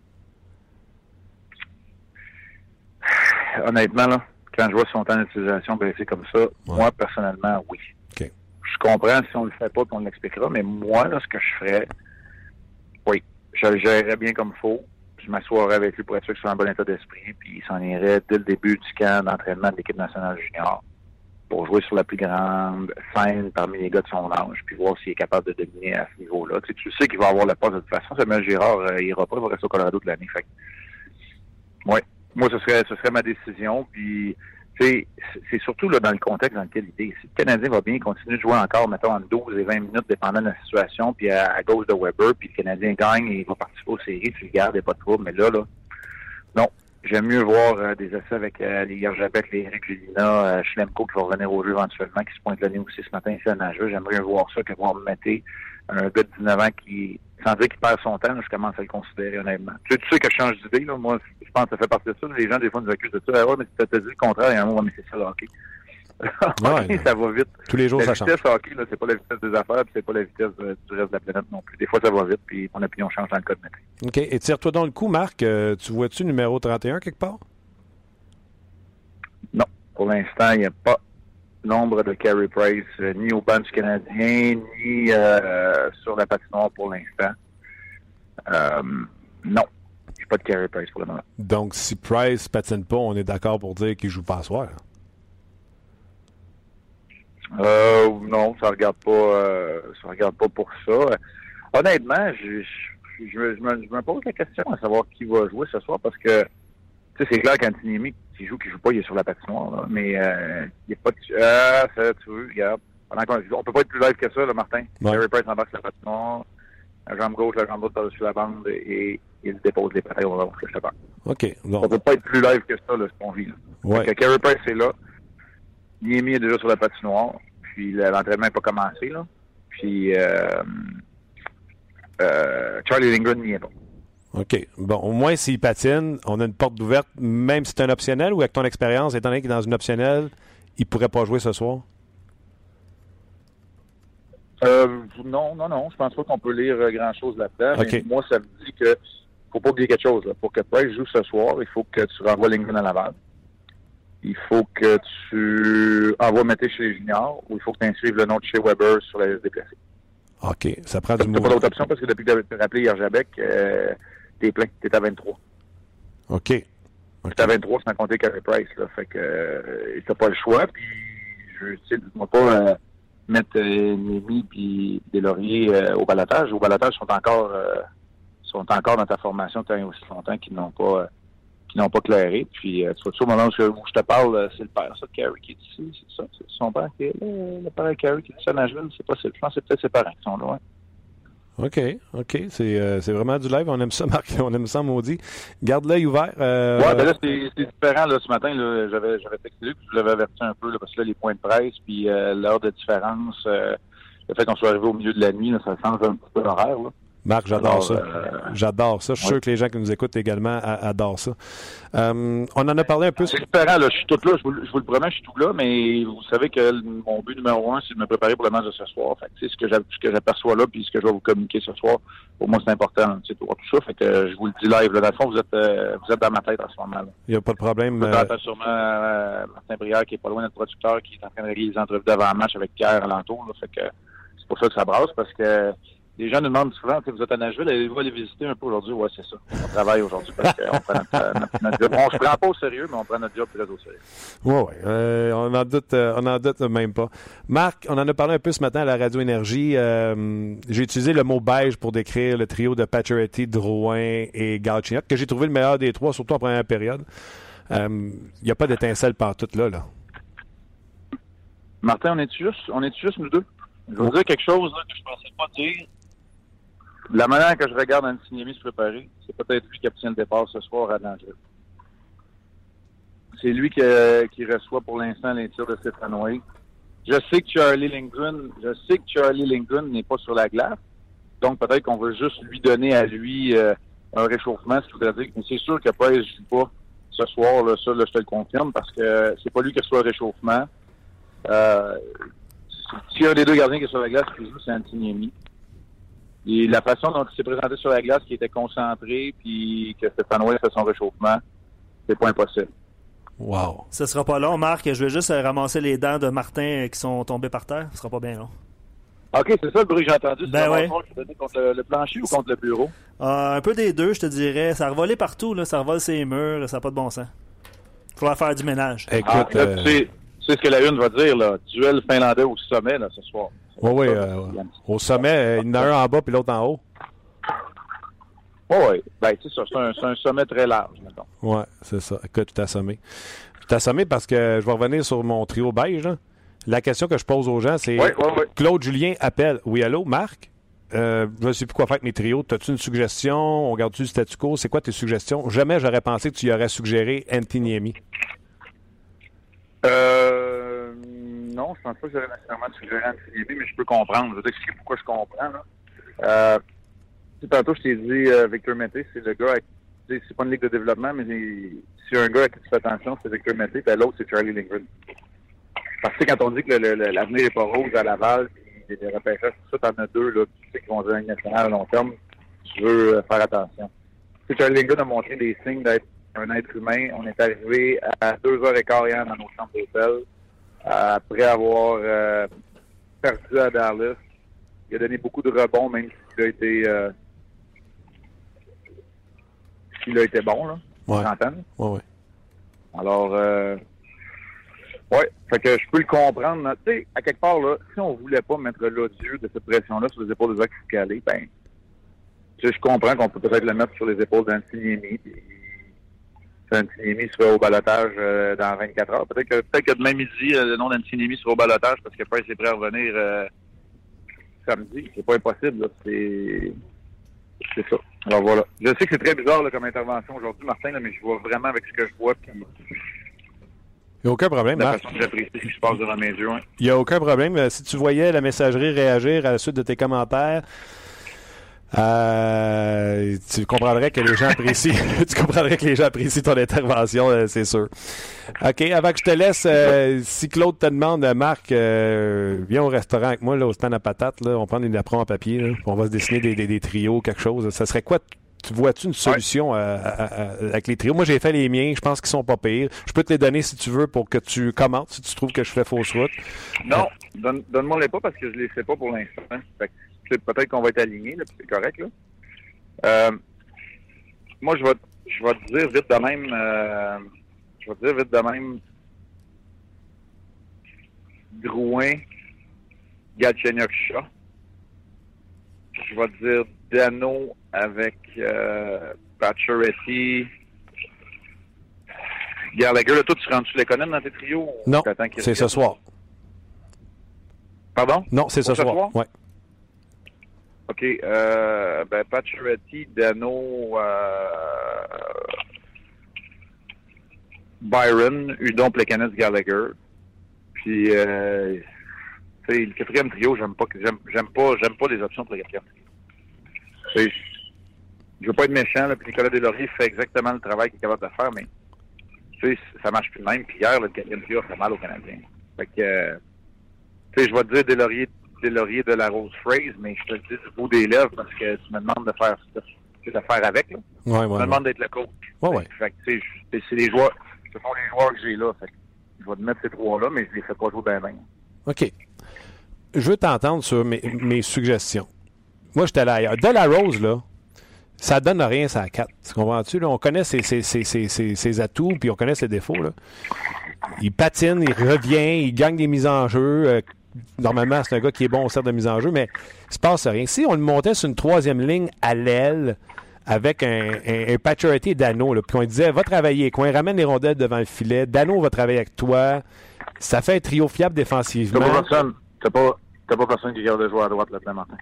Honnêtement, là, quand je vois son temps d'utilisation baisser comme ça, moi, personnellement, oui. Okay. Je comprends si on le fait pas, qu'on l'expliquera, mais moi, là, ce que je ferais, oui, je le gérerais bien comme il faut. Je m'assoirais avec lui pour être sûr qu'il soit en bon état d'esprit, puis il s'en irait dès le début du camp d'entraînement de l'équipe nationale junior pour jouer sur la plus grande scène parmi les gars de son âge, puis voir s'il est capable de dominer à ce niveau-là. Tu sais qu'il va avoir le poste de toute façon. Samuel Girard, il ira pas, il va rester au Colorado de l'année. Fait que, oui. Moi, ce serait ma décision. Puis, c'est surtout là dans le contexte dans lequel il est. Si le Canadien va bien continuer de jouer encore, mettons, entre 12 et 20 minutes, dépendant de la situation, puis à gauche de Weber, puis le Canadien gagne et il va participer aux séries, tu le gardes, il n'y a pas de trouble. Mais là, non. J'aime mieux voir des essais avec les Yerjabek, les Eric Julina, Schlemko qui va revenir au jeu éventuellement, qui se pointe l'année aussi ce matin ici à Nashville. J'aimerais voir ça que voir Mété, un gars de 19 ans qui, sans dire qu'il perd son temps, là, je commence à le considérer honnêtement. Tu sais que je change d'idée, là. Moi, je pense que ça fait partie de ça. Les gens, des fois, nous accusent de ça. Ah ouais, mais tu t'as dit le contraire, il y a un moment, mais c'est ça le hockey. Ouais, ça va vite. Tous les jours, la ça change. La vitesse hockey, là, c'est pas la vitesse des affaires, puis c'est pas la vitesse du reste de la planète non plus. Des fois, ça va vite, puis mon opinion change dans le cas de Mété. OK. Et tire-toi dans le coup, Marc. Tu vois-tu numéro 31 quelque part? Non. Pour l'instant, il n'y a pas nombre de Carey Price, ni au banc du Canadien, ni sur la patinoire pour l'instant. Non. Il n'y a pas de Carey Price pour le moment. Donc, si Price patine pas, on est d'accord pour dire qu'il joue pas à soir? Non, ça regarde pas pour ça. Honnêtement, je me pose la question à savoir qui va jouer ce soir parce que tu sais, c'est clair qu'Antti Niemi qui joue pas, il est sur la patinoire, là, mais il n'y a pas de... ça, tu veux, regarde. On peut pas être plus live que ça, là, Martin. Carey Price embarque sur la patinoire, la jambe gauche, la jambe droite par-dessus la bande et il dépose les patins au long, je te parle. OK. Bon. On peut pas être plus live que ça, là, ce qu'on vit. Là. Ouais. Carey Price est là. Niemi est déjà sur la patinoire. Puis l'entraînement n'est pas commencé, là. Puis Charlie Lindgren n'y est pas. OK. Bon, au moins, s'il patine, on a une porte ouverte, même si c'est un optionnel ou avec ton expérience, étant donné qu'il est dans une optionnelle, il pourrait pas jouer ce soir? Non. Je pense pas qu'on peut lire grand-chose là-dedans. Okay. Mais moi, ça me dit que faut pas oublier quelque chose. Là. Pour que Price joue ce soir, il faut que tu renvoies Lindgren à Laval. Il faut que tu envoies Mété chez les juniors ou il faut que tu inscrives le nom de chez Weber sur la liste déplacée. OK. Ça prend du mouvement. mouvement. T'as pas d'autre option parce que depuis que tu as rappelé hier Jabec, t'es plein. T'es à 23. OK. T'es à 23 sans compter Carey Price. Là. Fait que t'as pas le choix. Puis je ne vais pas mettre Némi et Deslauriers au balotage. Au balotage, sont encore dans ta formation tant et aussi longtemps qu'ils n'ont pas clairé. Puis, tu vois, au moment où je te parle, c'est le père, ça, de Carey, qui est ici. C'est ça? C'est son père qui est là, le père de Carey, qui est ici à Nashville. C'est possible. Je pense que c'est peut-être ses parents qui sont là. OK. C'est vraiment du live. On aime ça, Marc. On aime ça, maudit. Garde l'œil ouvert. Ouais, ben là, c'est différent. Là, ce matin, là, j'avais texté lui, puis je l'avais averti un peu, là, parce que là, les points de presse, puis l'heure de différence, le fait qu'on soit arrivé au milieu de la nuit, là, ça change un petit peu l'horaire. Là. Marc, j'adore ça. J'adore ça. Je suis sûr que les gens qui nous écoutent également adorent ça. On en a parlé un peu. C'est différent, là. Je suis tout là. Je vous le promets, je suis tout là, mais vous savez que mon but numéro 1, c'est de me préparer pour le match de ce soir. Fait que, ce que j'aperçois là, puis ce que je vais vous communiquer ce soir, pour moi, c'est important. Tout ça. Fait que je vous le dis live. Là. Dans le fond, vous êtes dans ma tête en ce moment. Il n'y a pas de problème. Vous entendez sûrement Martin Brière, qui est pas loin de notre producteur, qui est en train de régler les entrevues d'avant-match avec Pierre alentour. Là. Fait que c'est pour ça que ça brasse, parce que les gens nous demandent souvent, vous êtes à Nashville, allez-vous aller visiter un peu aujourd'hui? Ouais, c'est ça. On travaille aujourd'hui parce qu'on prend notre job. On se prend pas au sérieux, mais on prend notre job très au sérieux. Oui. On en doute même pas. Marc, on en a parlé un peu ce matin à la Radio Énergie. J'ai utilisé le mot beige pour décrire le trio de Pacioretty, Drouin et Galchenyuk, que j'ai trouvé le meilleur des trois, surtout en première période. Il n'y a pas d'étincelle partout là. Martin, on est juste nous deux? Je vais vous dire quelque chose là, que je pensais pas dire. La manière que je regarde Antiniemi se préparer, c'est peut-être lui qui obtient le départ ce soir à Nashville. C'est lui qui reçoit pour l'instant les tirs de Stephen Way. Je sais que Charlie Lindgren n'est pas sur la glace. Donc peut-être qu'on veut juste lui donner à lui un réchauffement, ce qui voudrait dire. Mais c'est sûr que Price ne joue pas ce soir, là, ça, là, je te le confirme, parce que c'est pas lui qui reçoit le réchauffement. S'il y a un des deux gardiens qui est sur la glace qui joue, c'est Antiniemi. Et la façon dont il s'est présenté sur la glace, qui était concentré, puis que Stéphane Way fait son réchauffement, c'est pas impossible. Wow. Ce sera pas long, Marc. Je vais juste ramasser les dents de Martin qui sont tombées par terre. Ce sera pas bien long. OK, c'est ça le bruit que j'ai entendu. Ben ouais. C'est contre le plancher ou contre le bureau? Un peu des deux, je te dirais. Ça a revolé partout, là. Ça revole ses murs. Ça n'a pas de bon sens. Il faudra faire du ménage. Écoute, tu sais ce que la une va dire, là. Duel finlandais au sommet, là, ce soir. Oui. Au sommet, il y en a un en bas puis l'autre en haut. Oui. Ben, c'est ça. C'est un sommet très large, mettons. Oui, c'est ça. Écoute, tu t'as assommé. Je t'ai assommé parce que je vais revenir sur mon trio beige, là. La question que je pose aux gens, c'est Claude Julien appelle. Oui, allô, Marc? Je ne sais plus quoi faire avec mes trios. As-tu une suggestion? On garde-tu le statu quo? C'est quoi tes suggestions? Jamais j'aurais pensé que tu y aurais suggéré Antiniemi. Non, je pense pas que j'aurais nécessairement suggéré Antiniemi, mais je peux comprendre. Je vais t'expliquer pourquoi je comprends. Là. Tantôt, je t'ai dit, Victor Mété, c'est le gars c'est pas une ligue de développement, mais s'il y a un gars à qui tu fais attention, c'est Victor Mété, puis l'autre, c'est Charlie Lindgren. Parce que quand on dit que l'avenir n'est pas rose à Laval, puis les repêchages, tout ça, t'en as deux, là, tu sais qu'ils vont jouer à une nationale à long terme, tu veux faire attention. Tu sais, Charlie Lindgren a montré des signes d'être un être humain. On est arrivé à 2h15 hier dans nos chambres d'hôtel, après avoir perdu à Dallas. Il a donné beaucoup de rebonds, même s'il a été bon, là. Ouais. Ouais. Alors, fait que je peux le comprendre. Tu sais, à quelque part, là, si on voulait pas mettre l'odieux de cette pression-là sur les épaules de Jacques Foucalé, ben, tu sais, je comprends qu'on peut peut-être le mettre sur les épaules d'Antiniemi. Antiniemi sera au balotage dans 24 heures. Peut-être que demain midi, le nom d'Antiniemi sera au balotage parce que Price est prêt à revenir samedi. C'est pas impossible, là. C'est ça. Alors voilà. Je sais que c'est très bizarre là, comme intervention aujourd'hui, Martin, là, mais je vois vraiment avec ce que je vois. Puis il n'y a aucun problème, la Marc. façon que j'apprécie ce qui se passe devant mes yeux. Hein. Il n'y a aucun problème. Si tu voyais la messagerie réagir à la suite de tes commentaires, tu comprendrais que les gens apprécient ton intervention, c'est sûr. OK, avant que je te laisse, si Claude te demande, Marc, viens au restaurant avec moi, là, au stand à patates, là, on prend des napperons en papier, là, on va se dessiner des trios, quelque chose. Ça serait quoi? Vois-tu une solution avec les trios? Moi, j'ai fait les miens. Je pense qu'ils sont pas pires. Je peux te les donner si tu veux pour que tu commentes, si tu trouves que je fais fausse route. Non, donne-moi les pas parce que je les sais pas pour l'instant. Fait que peut-être qu'on va être alignés, là, c'est correct, là. Moi, je vais te dire vite de même. Drouin, Galchenyuk-Shaw. Je vais dire Dano avec Pacioretty. Gallagher, là, toi, tu rentres-tu l'économe dans tes trios? Non, c'est ce soir. Pardon? Non, c'est ce soir. Ouais. OK. Pacioretty, Dano, Byron, Hudon, Plekanec, Gallagher. Puis, le quatrième trio, j'aime pas les options pour le quatrième trio. Je veux pas être méchant, là, puis Nicolas Deslauriers fait exactement le travail qu'il est capable de faire, mais ça marche plus de même. Puis hier, le quatrième trio a fait mal aux Canadiens. Fait que, je vais te dire Deslauriers de la Rose Phrase, mais je te le dis du bout des lèvres parce que tu me demandes de faire avec. Là. Ouais, tu me demandes d'être le coach. Ouais. Fait que, c'est les joueurs, ce sont les joueurs que j'ai là. Fait que, je vais te mettre ces trois-là, mais je les fais pas jouer bien. OK. Je veux t'entendre sur mes suggestions. Moi, j'étais là ailleurs. De la Rose, là, ça donne rien, ça à 4. Tu comprends-tu? Là? On connaît ses atouts, puis on connaît ses défauts. Là. Il patine, il revient, il gagne des mises en jeu. Normalement, c'est un gars qui est bon au cercle de mise en jeu, mais il se passe rien. Si on le montait sur une troisième ligne à l'aile avec un Pacioretty et Dano, puis on disait, va travailler coin, ramène les rondelles devant le filet, Dano va travailler avec toi, ça fait un trio fiable défensivement. T'as pas personne qui garde le joueur à droite, là, plein matin.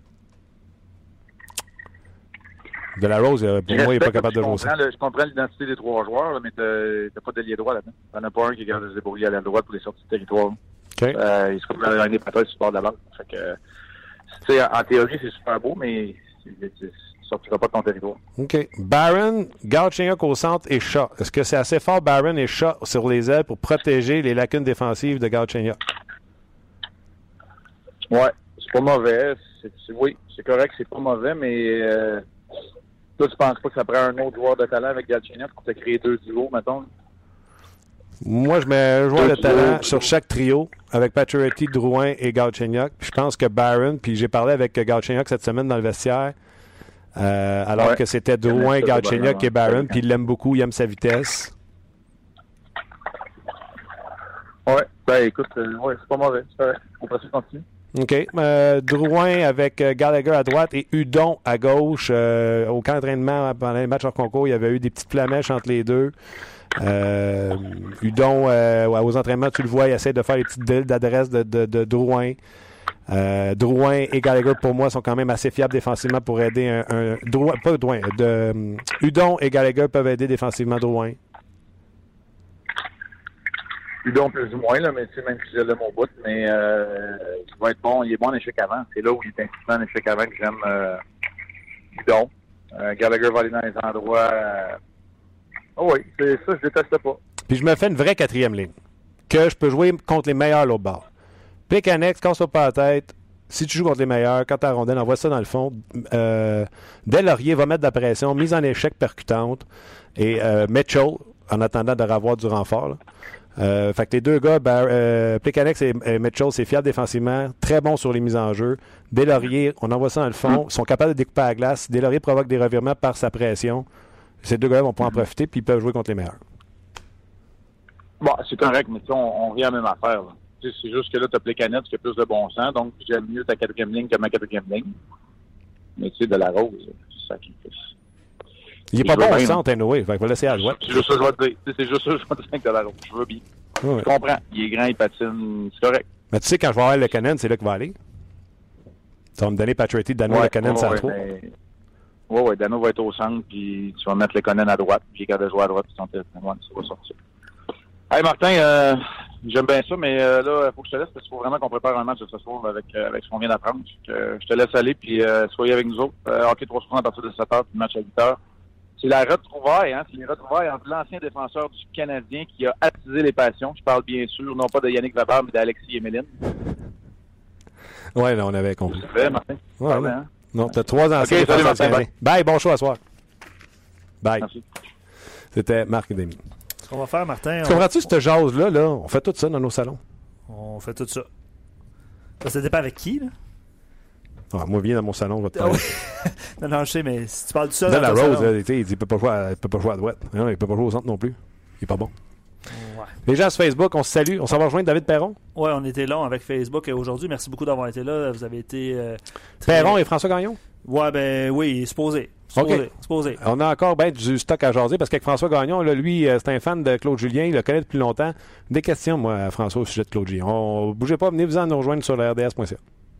De la Rose, pour moi, il n'est pas capable de jouer ça. Je comprends l'identité des trois joueurs, là, mais t'as pas d'ailier droit là-dedans. T'en as pas un qui garde se débrouiller à la droite pour les sorties de territoire. Okay. Il se trouve dans les peut-être sur le bord de la bande. Fait que, en théorie, c'est super beau, mais tu ne sortiras pas de ton territoire. OK. Barron, Galchenyuk au centre et Shaw. Est-ce que c'est assez fort, Barron et Shaw, sur les ailes pour protéger les lacunes défensives de Galchenyuk? Ouais, c'est pas mauvais. Oui, c'est correct, c'est pas mauvais, mais toi, tu penses pas que ça prend un autre joueur de talent avec Galchenyuk pour te créer deux duos, mettons? Moi, je mets un joueur de talent sur chaque trio avec Pacioretty, Drouin et Galchenyuk. Puis je pense que Barron, puis j'ai parlé avec Galchenyuk cette semaine dans le vestiaire, alors que c'était Drouin, Galchenyuk et Barron, puis il l'aime beaucoup, il aime sa vitesse. Ouais, ben écoute, c'est pas mauvais, c'est correct. On peut continuer. OK. Drouin avec Gallagher à droite et Hudon à gauche. Au camp d'entraînement, pendant les matchs hors concours, il y avait eu des petites flamèches entre les deux. Hudon, aux entraînements, tu le vois, il essaie de faire les petites drills d'adresse de Drouin. Drouin et Gallagher, pour moi, sont quand même assez fiables défensivement pour aider Hudon et Gallagher peuvent aider défensivement Drouin. Hudon plus ou moins, là, mais tu sais, même si j'ai le mon bout, mais il va être bon, il est bon en échec avant. C'est là où il est insistant en échec avant que j'aime Hudon. Gallagher va aller dans les endroits. Oui, c'est ça, je déteste pas. Puis je me fais une vraie quatrième ligne. Que je peux jouer contre les meilleurs l'autre bord. Plekanec, casse-toi pas la tête. Si tu joues contre les meilleurs, quand t'as la rondelle, envoie ça dans le fond. Deslauriers va mettre de la pression, mise en échec percutante. Et Mitchell, en attendant de revoir du renfort, là. Fait que les deux gars, Plekanec et Mitchell, c'est fiable défensivement, très bon sur les mises en jeu. Deslauriers, on envoie ça dans le fond, sont capables de découper à la glace. Deslauriers provoque des revirements par sa pression. Ces deux gars-là vont pouvoir en profiter, puis ils peuvent jouer contre les meilleurs. Bon, c'est correct, mais on revient à la même affaire. C'est juste que là, tu as Plekanec qui a plus de bon sens, donc j'aime mieux ta quatrième ligne que ma quatrième ligne. Mais tu sais, de la Rose, c'est sacrifice. Il n'est pas bon au centre, anyway. Fait qu'il va laisser à la droite. C'est juste ça que je vais te dire. C'est juste ça que je vais te dire que de la Rose. Je veux bien. Ouais. Je comprends. Il est grand, il patine. C'est correct. Mais tu sais, quand je vais avoir le Cannon, c'est là qu'il va aller. Ça va me donner Pacioretty, Dano, le Cannon, c'est à 3. Oui, Dano va être au centre, puis tu vas mettre le Conan à droite, puis quand il jouer à droite, puis ça va sortir. Hey Martin, j'aime bien ça, mais là, il faut que je te laisse, parce qu'il faut vraiment qu'on prépare un match de ce soir avec ce qu'on vient d'apprendre. Je te laisse aller, puis soyez avec nous autres. Hockey 360 à partir de 7h, puis le match à 8h. C'est la retrouvaille, hein? C'est les retrouvailles entre l'ancien défenseur du Canadien qui a attisé les passions. Je parle bien sûr, non pas de Yannick Weber, mais d'Alexis Emeline. Oui, là, on avait compris. C'est vrai, Martin? Ouais, hein? Non, t'as 3 anciens défenseurs du Canadien. Bye, bon show à soir. Bye. Merci. C'était Marc et Demi. Ce qu'on va faire, Martin... Comprends-tu cette jase-là? Là? On fait tout ça dans nos salons. On fait tout ça. Ça dépend avec qui, là? Ah, moi, viens dans mon salon, je vais te parler. Non, je sais, mais si tu parles de ça... Dans la Rose, là, il dit qu'il ne peut pas jouer à droite. Non, il ne peut pas jouer au centre non plus. Il n'est pas bon. Ouais. Les gens sur Facebook, on se salue. On s'en va rejoindre David Perron. Oui, on était long avec Facebook aujourd'hui. Merci beaucoup d'avoir été là. Vous avez été... Perron et François Gagnon? Oui, supposé. On a encore du stock à jaser parce qu'avec François Gagnon, là, lui, c'est un fan de Claude Julien. Il le connaît depuis longtemps. Des questions, moi, à François, au sujet de Claude Julien. Bougez pas, venez-vous-en nous rejoindre sur le RDS.ca.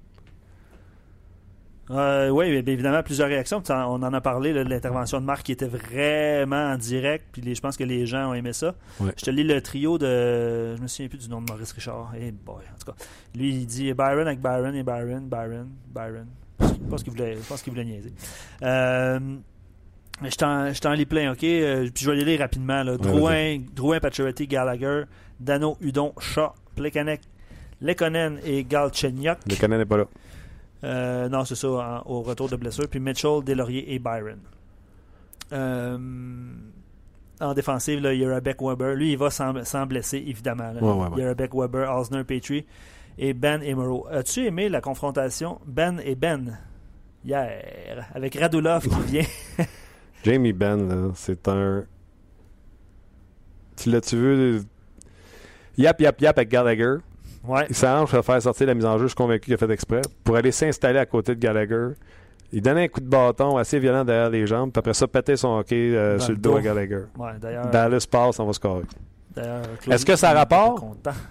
Oui, évidemment, plusieurs réactions. On en a parlé là, de l'intervention de Marc qui était vraiment en direct. Puis je pense que les gens ont aimé ça. Ouais. Je te lis le trio de... Je me souviens plus du nom de Maurice Richard. En tout cas, lui, il dit Byron avec Byron et Byron. Je pense qu'il voulait niaiser. Je t'en lis plein, OK? Puis je vais les lire rapidement. Là. Drouin, Pacioretty, Gallagher, Dano, Hudon, Shaw, Plekanec, Lekonen et Galchenyuk. Lekonen n'est pas là. Non, c'est ça, au retour de blessure. Puis Mitchell, Deslauriers et Byron. En défensive, là, il y a Rebek Weber. Lui, il va sans blesser, évidemment. Il y a Rebek Weber, Osner, Petrie et Ben et Moreau. As-tu aimé la confrontation Ben et Ben hier avec Radulov qui vient? Jamie Benn, là, c'est un... Tu veux... Yap avec Gallagher. Ouais. Il s'arrange à faire sortir la mise en jeu, je suis convaincu qu'il a fait exprès, pour aller s'installer à côté de Gallagher. Il donnait un coup de bâton assez violent derrière les jambes, puis après ça, pétait son hockey sur le dos à Gallagher. Ouais, d'ailleurs... Dallas passe, on va scorer. D'ailleurs, Est-ce que ça rapporte?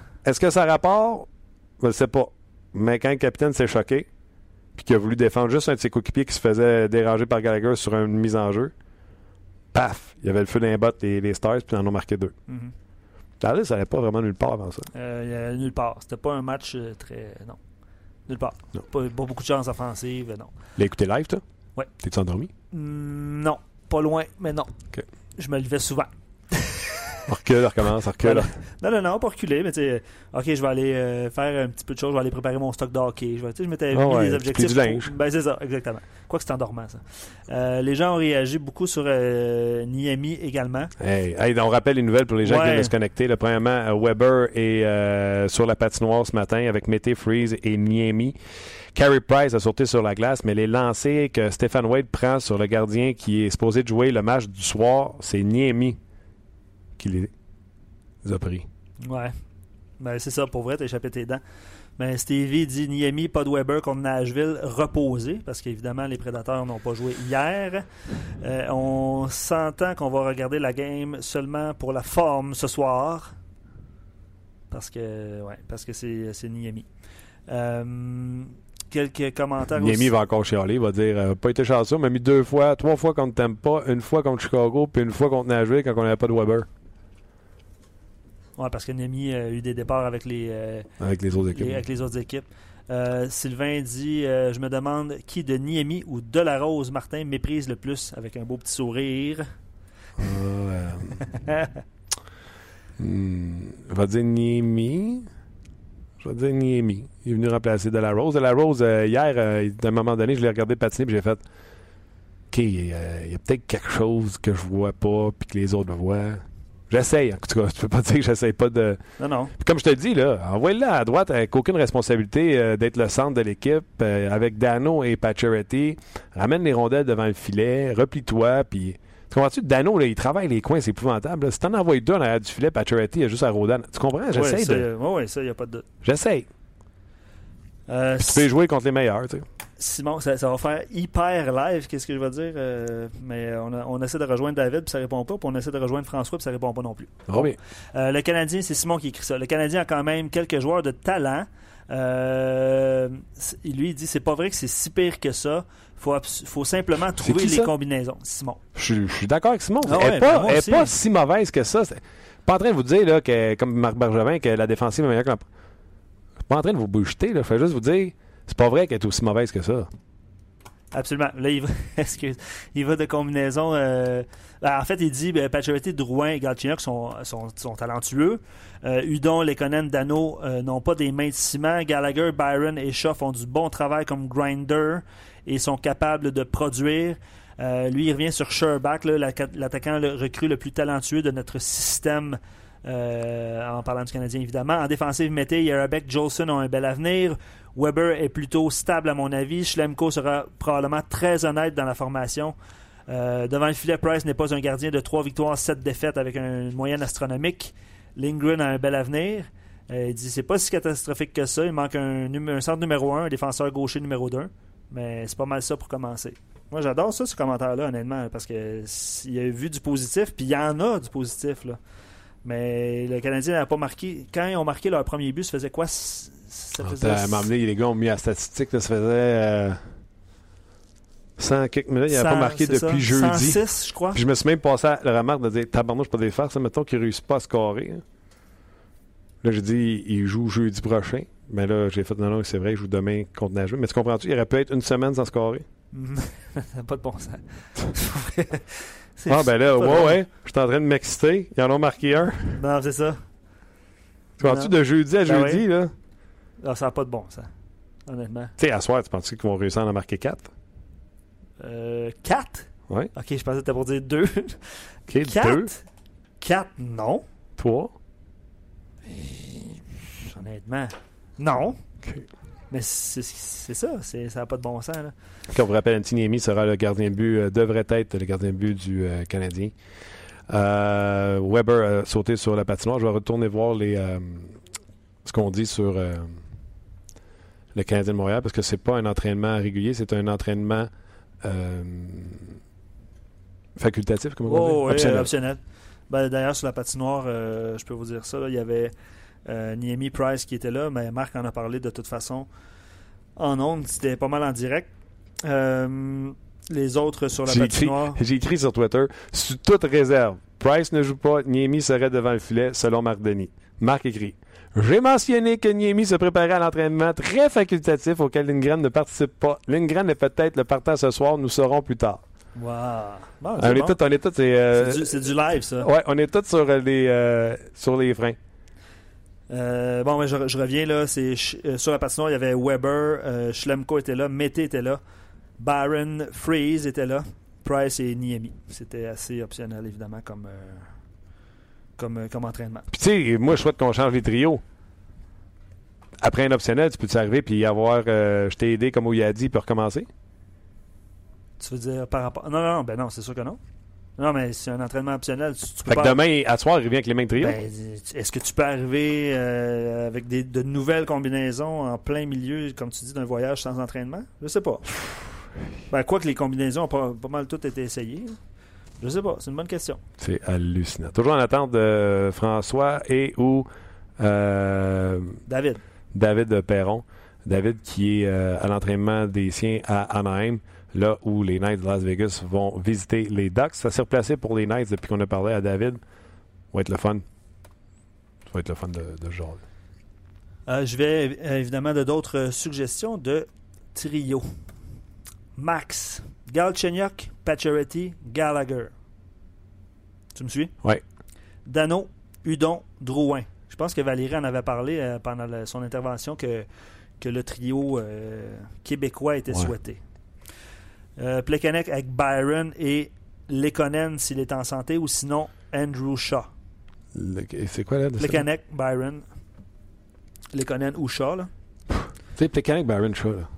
Je ne sais pas. Mais quand le capitaine s'est choqué, puis qu'il a voulu défendre juste un de ses coéquipiers qui se faisait déranger par Gallagher sur une mise en jeu, paf! Il y avait le feu d'un bot, les Stars, puis ils en ont marqué 2. Mm-hmm. Dallas, ça n'allait pas vraiment nulle part avant ça. Nulle part. C'était pas un match très... Non. Nulle part. Non. Pas beaucoup de chances offensives, non. L'as écouté live, toi? Oui. T'es-tu endormi? Non. Pas loin, mais non. Okay. Je me levais souvent. On recommence. Non, pas reculer, mais tu sais, OK, je vais aller faire un petit peu de choses, je vais aller préparer mon stock de hockey. Je m'étais mis des objectifs. Du linge. C'est ça, exactement. Quoi que c'est endormant, ça. Les gens ont réagi beaucoup sur Niemi également. On rappelle les nouvelles pour les gens qui viennent de se connecter. Là, premièrement, Weber est sur la patinoire ce matin avec Mété, Freeze et Niemi. Carey Price a sauté sur la glace, mais les lancers que Stephen Wade prend sur le gardien qui est supposé de jouer le match du soir, c'est Niemi qui les a pris. Ouais. Ben, c'est ça, pour vrai, t'as échappé tes dents. Ben, Stevie dit Niemi, pas de Weber contre Nashville, reposé, parce qu'évidemment, les Prédateurs n'ont pas joué hier. On s'entend qu'on va regarder la game seulement pour la forme ce soir. Parce que c'est Niemi. Quelques commentaires Niemi aussi. va encore chialer, il va dire pas été chanceux, on m'a mis 2 fois, 3 fois contre Tampa, 1 fois contre Chicago, puis 1 fois contre Nashville quand on n'avait pas de Weber. Oui, parce que Niemi a eu des départs avec les autres équipes. Sylvain dit je me demande qui de Niemi ou Delarose Martin méprise le plus avec un beau petit sourire. Je vais dire Niemi. Il est venu remplacer Delarose. Delarose, hier, à un moment donné, je l'ai regardé patiner et j'ai fait OK, il y a peut-être quelque chose que je vois pas puis que les autres voient. J'essaye, en tout cas. Tu peux pas dire que j'essaye pas de... Non. Puis comme je te le dis, là, envoie-le à droite avec aucune responsabilité d'être le centre de l'équipe. Avec Dano et Pacioretty, ramène les rondelles devant le filet, replie-toi, puis... Tu comprends-tu? Dano, là, il travaille les coins, c'est épouvantable. Là. Si t'en envoies 2 en arrière du filet, Pacioretty, il y a juste à Rodin. Tu comprends? J'essaye Oui, ça, il n'y a pas de doute. J'essaye. Tu peux jouer contre les meilleurs, tu sais. Simon, ça va faire hyper live, qu'est-ce que je vais dire? Mais on essaie de rejoindre David, puis ça répond pas. Puis on essaie de rejoindre François, puis ça répond pas non plus. Oh oui. Le Canadien, c'est Simon qui écrit ça. Le Canadien a quand même quelques joueurs de talent. Lui, il dit c'est pas vrai que c'est si pire que ça. Faut simplement trouver les combinaisons. Simon. Je suis d'accord avec Simon. Elle n'est pas si mauvaise que ça. Je suis pas en train de vous dire, là, que, comme Marc Bergevin, que la défensive est meilleure que la... Je suis pas en train de vous bullshiter. Je fais juste vous dire c'est pas vrai qu'elle est aussi mauvaise que ça. Absolument. Là, il va de combinaison. En fait, il dit Pacioretty, Drouin et Galchenyuk sont talentueux. Hudon, Lekonen, Dano n'ont pas des mains de ciment. Gallagher, Byron et Shaw font du bon travail comme grinder et sont capables de produire. Lui, il revient sur Sherbach, l'attaquant recrue le plus talentueux de notre système. En parlant du Canadien, évidemment. En défensive, Mété, Yarabek, Jolson ont un bel avenir. Weber est plutôt stable, à mon avis. Schlemko sera probablement très honnête dans la formation. Devant le filet, Price n'est pas un gardien de 3 victoires, 7 défaites avec une moyenne astronomique. Lindgren a un bel avenir. Il dit c'est pas si catastrophique que ça. Il manque un centre numéro 1, un défenseur gaucher numéro 2. Mais c'est pas mal ça pour commencer. Moi, j'adore ça, ce commentaire-là, honnêtement, parce qu'il a vu du positif, puis il y en a du positif, là. Mais le Canadien n'a pas marqué. Quand ils ont marqué leur premier but, ça faisait quoi? Ça faisait... À un moment donné, les gars ont mis la statistique, là, ça faisait 100 quelques minutes. Il n'avait pas marqué depuis ça. jeudi. 106, je crois. Puis je me suis même passé à la remarque de dire tabarnouche, je peux pas les faire, ça, mettons qu'il ne réussit pas à scorer. Hein. Là, j'ai dit, il joue jeudi prochain. Mais là, j'ai fait non, c'est vrai, il joue demain contre Nashville. Mais tu comprends-tu, il aurait pu être une semaine sans scorer. Ça n'a pas de bon sens. Ben là, ouais, je suis en train de m'exciter. Ils en ont marqué un. Non, c'est ça. Tu penses-tu de jeudi à jeudi, oui. là? Non, ça n'a pas de bon sens, honnêtement. Tu sais, à soir, tu penses qu'ils vont réussir à en marquer 4? 4? Oui. Ok, je pensais que t'étais pour dire 2. Ok, 4? 2. 4, non. 3. Honnêtement, non. Okay. Mais c'est ça, ça n'a pas de bon sens. Là. Comme vous rappelle, Antiniemi sera le gardien de but, devrait être le gardien de but du Canadien. Weber a sauté sur la patinoire. Je vais retourner voir ce qu'on dit sur le Canadien de Montréal, parce que c'est pas un entraînement régulier, c'est un entraînement facultatif, comment on dit? Optionnel. Ben, d'ailleurs, sur la patinoire, je peux vous dire ça, là, il y avait Niemi Price qui était là, mais Marc en a parlé de toute façon en ondes, c'était pas mal en direct. Les autres sur la patinoire. J'ai écrit sur Twitter, sous toute réserve, Price ne joue pas, Niemi serait devant le filet, selon Marc Denis. Marc écrit: j'ai mentionné que Niemi se préparait à l'entraînement très facultatif auquel Lindgren ne participe pas. Lindgren est peut-être le partant ce soir, nous saurons plus tard. Wow. Bon, on est tous, c'est du live, ça. Ouais, on est tous sur les freins. Bon, je reviens là. Sur la patinoire, il y avait Weber, Schlemko était là, Mété était là, Byron Freeze était là, Price et Niemi. C'était assez optionnel, évidemment, comme entraînement. Puis tu sais, moi, je souhaite qu'on change les trios. Après un optionnel, tu peux t'arriver puis avoir je t'ai aidé comme il a dit, puis recommencer? Tu veux dire par rapport... Non, ben non, c'est sûr que non. Non, mais c'est un entraînement optionnel. Tu peux fait que demain, à soir, il revient avec les mêmes trios? Ben, est-ce que tu peux arriver avec de nouvelles combinaisons en plein milieu, comme tu dis, d'un voyage sans entraînement? Je sais pas. Ben, quoi que les combinaisons ont pas mal toutes été essayées. Je sais pas, c'est une bonne question. C'est hallucinant. Toujours en attente de François et ou David Perron. David qui est à l'entraînement des siens à Anaheim, là où les Knights de Las Vegas vont visiter les Ducks. Ça s'est replacé pour les Knights depuis qu'on a parlé à David. Ça va être le fun. Ça va être le fun de ce genre. Je vais évidemment de d'autres suggestions de trio. Max, Galchenyuk, Pacioretty, Gallagher. Tu me suis? Oui. Dano, Hudon, Drouin. Je pense que Valérie en avait parlé pendant son intervention que le trio québécois était souhaité. Plekanec avec Byron et Lekonen s'il est en santé, ou sinon Andrew Shaw. C'est quoi là? Plekanec, Byron, Lekonen ou Shaw. Tu sais, Plekanec, Byron, Shaw, là.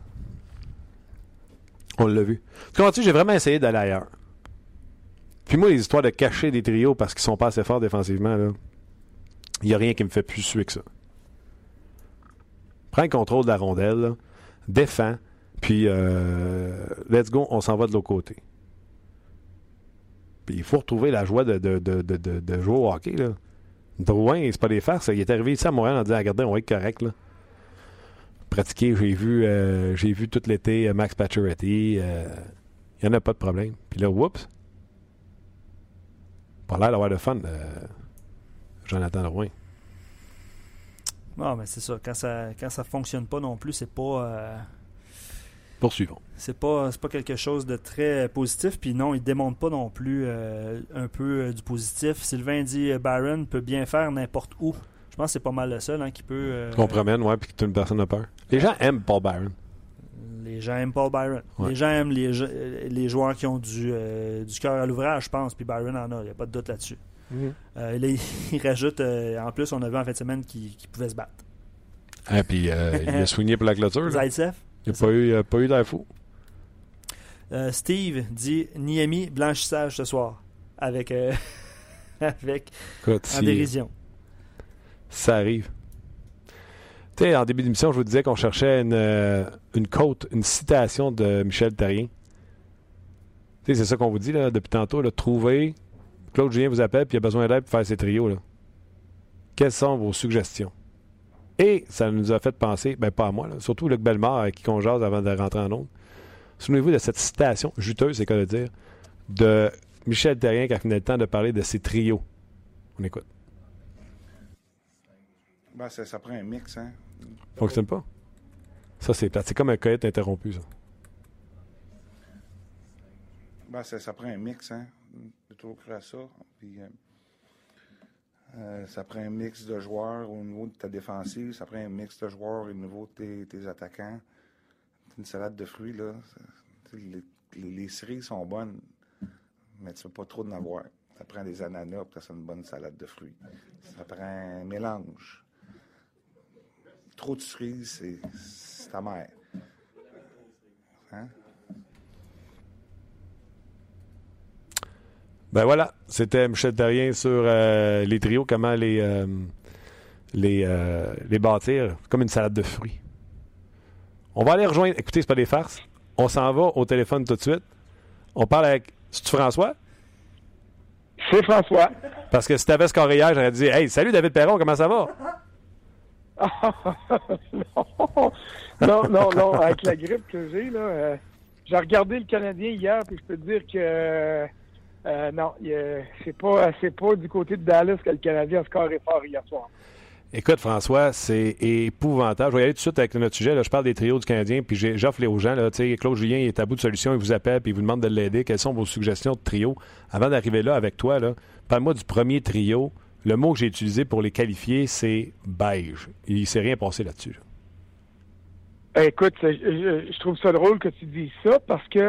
On l'a vu. Tu comprends-tu, j'ai vraiment essayé d'aller ailleurs. Puis moi, les histoires de cacher des trios parce qu'ils sont pas assez forts défensivement, là, il n'y a rien qui me fait plus suer que ça. Prends le contrôle de la rondelle, là, défends, puis let's go, on s'en va de l'autre côté. Puis il faut retrouver la joie de jouer au hockey, là. Drouin, c'est pas des farces. Il est arrivé ici à Montréal en disant: regardez, on va être correct, là. Pratiquer, j'ai vu tout l'été Max Pacioretty. Il n'y en a pas de problème. Puis là, whoops. Pas l'air d'avoir de fun, Jonathan Drouin. Non, mais c'est ça. Quand ça fonctionne pas non plus, c'est pas... Poursuivons. C'est pas quelque chose de très positif. Puis non, il démontre pas non plus un peu du positif. Sylvain dit Byron peut bien faire n'importe où. Je pense que c'est pas mal le seul qui peut... Qu'on promène, ouais, puis que toute une personne a peur. Les gens aiment Paul Byron. Les gens aiment Paul Byron. Ouais. Les gens aiment les joueurs qui ont du cœur à l'ouvrage, je pense. Puis Byron en a. Il n'y a pas de doute là-dessus. Là, il rajoute... en plus, on a vu en fin de semaine qu'il pouvait se battre. Ah, puis il a soigné pour la clôture. Zaitsev. Il n'a pas eu d'air fou. Steve dit Niemi blanchissage ce soir. Avec Écoute, en dérision. Ça arrive. Tu sais, en début d'émission, je vous disais qu'on cherchait une quote, une citation de Michel Therrien. Tu sais, c'est ça qu'on vous dit là, depuis tantôt. Là, trouver, Claude Julien vous appelle puis il a besoin d'aide pour faire ses trios. Là. Quelles sont vos suggestions? Et ça nous a fait penser, pas à moi, là, surtout Luc Bellemare avec qui on jase avant de rentrer en ondes. Souvenez-vous de cette citation juteuse, c'est quoi de dire, de Michel Therrien qui a fini le temps de parler de ses trios. On écoute. Ça prend un mix, hein? Fonctionne pas? Ça, c'est plate. C'est comme un coyote interrompu, ça. Ça prend un mix, hein? De toujours créer ça. Puis, ça prend un mix de joueurs au niveau de ta défensive. Ça prend un mix de joueurs au niveau de tes attaquants. Une salade de fruits, là. Les cerises sont bonnes, mais tu ne veux pas trop d'en avoir. Ça prend des ananas pour que ça soit une bonne salade de fruits. Ça prend un mélange. Trop de cerises, c'est amer. Hein? Ben voilà, c'était Michel Therrien sur les trios, comment les bâtir comme une salade de fruits. On va aller rejoindre, écoutez, c'est pas des farces, on s'en va au téléphone tout de suite. On parle avec, c'est-tu François? C'est François. Parce que si t'avais scoré hier, j'aurais dit, hey, salut David Perron, comment ça va? Non, avec la grippe que j'ai, là, j'ai regardé le Canadien hier, puis je peux te dire que c'est pas du côté de Dallas que le Canadien a scoré fort hier soir. Écoute, François, c'est épouvantable. Je vais y aller tout de suite avec notre sujet. Là. Je parle des trios du Canadien, puis j'offre les aux gens. Là, Claude Julien il est à bout de solution, il vous appelle, puis il vous demande de l'aider. Quelles sont vos suggestions de trio? Avant d'arriver là avec toi, là, parle-moi du premier trio. Le mot que j'ai utilisé pour les qualifier, c'est beige. Il ne s'est rien passé là-dessus. Là. Écoute, je trouve ça drôle que tu dises ça parce que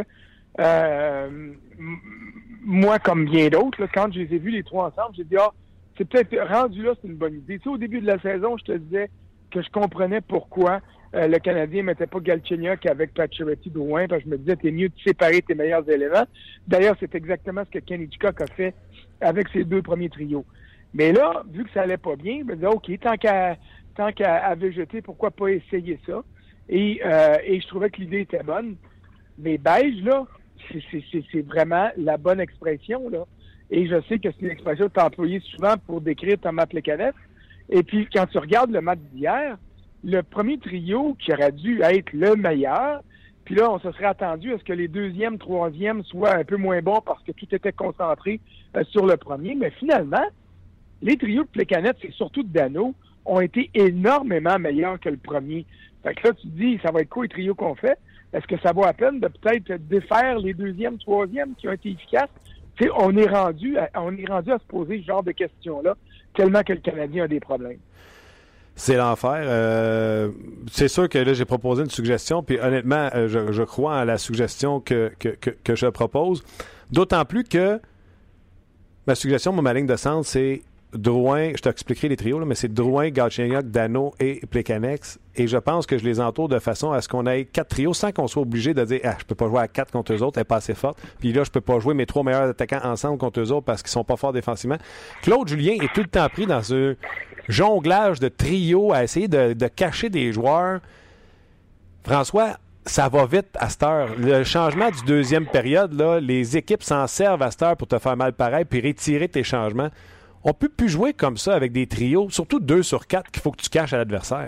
moi, comme bien d'autres, là, quand je les ai vus les trois ensemble, j'ai dit c'est peut-être rendu là, c'est une bonne idée. Tu sais, au début de la saison, je te disais que je comprenais pourquoi le Canadien ne mettait pas Galchenyuk avec Pacioretty Drouin, parce que je me disais, t'es mieux de séparer tes meilleurs éléments. D'ailleurs, c'est exactement ce que Ken Hitchcock a fait avec ses deux premiers trios. Mais là, vu que ça allait pas bien, je me disais, OK, tant qu'à végéter, pourquoi pas essayer ça? Et je trouvais que l'idée était bonne. Mais beige, là, c'est vraiment la bonne expression, là. Et je sais que c'est une expression que tu as employée souvent pour décrire Thomas Plekanec. Et puis, quand tu regardes le match d'hier, le premier trio qui aurait dû être le meilleur, puis là, on se serait attendu à ce que les deuxièmes, troisièmes soient un peu moins bons parce que tout était concentré sur le premier. Mais finalement, les trios de Plekanec, c'est surtout de Dano, ont été énormément meilleurs que le premier. Fait que là, tu te dis, ça va être quoi les trios qu'on fait? Est-ce que ça vaut la peine de peut-être défaire les deuxièmes, troisièmes qui ont été efficaces? Tu sais, on est rendu à se poser ce genre de questions-là, tellement que le Canadien a des problèmes. C'est l'enfer. C'est sûr que là, j'ai proposé une suggestion, puis honnêtement, je crois en la suggestion que je propose. D'autant plus que ma suggestion, ma ligne de centre, c'est Drouin, je t'expliquerai les trios, là, mais c'est Drouin, Galchenyuk, Dano et Plekanec. Et je pense que je les entoure de façon à ce qu'on ait 4 trios sans qu'on soit obligé de dire je peux pas jouer à 4 contre eux autres, elle n'est pas assez forte. Puis là, je peux pas jouer mes 3 meilleurs attaquants ensemble contre eux autres parce qu'ils sont pas forts défensivement. Claude Julien est tout le temps pris dans un jonglage de trios à essayer de cacher des joueurs. François, ça va vite à cette heure. Le changement du deuxième période, là, les équipes s'en servent à cette heure pour te faire mal pareil puis retirer tes changements. On peut plus jouer comme ça avec des trios, surtout 2 sur 4 qu'il faut que tu caches à l'adversaire.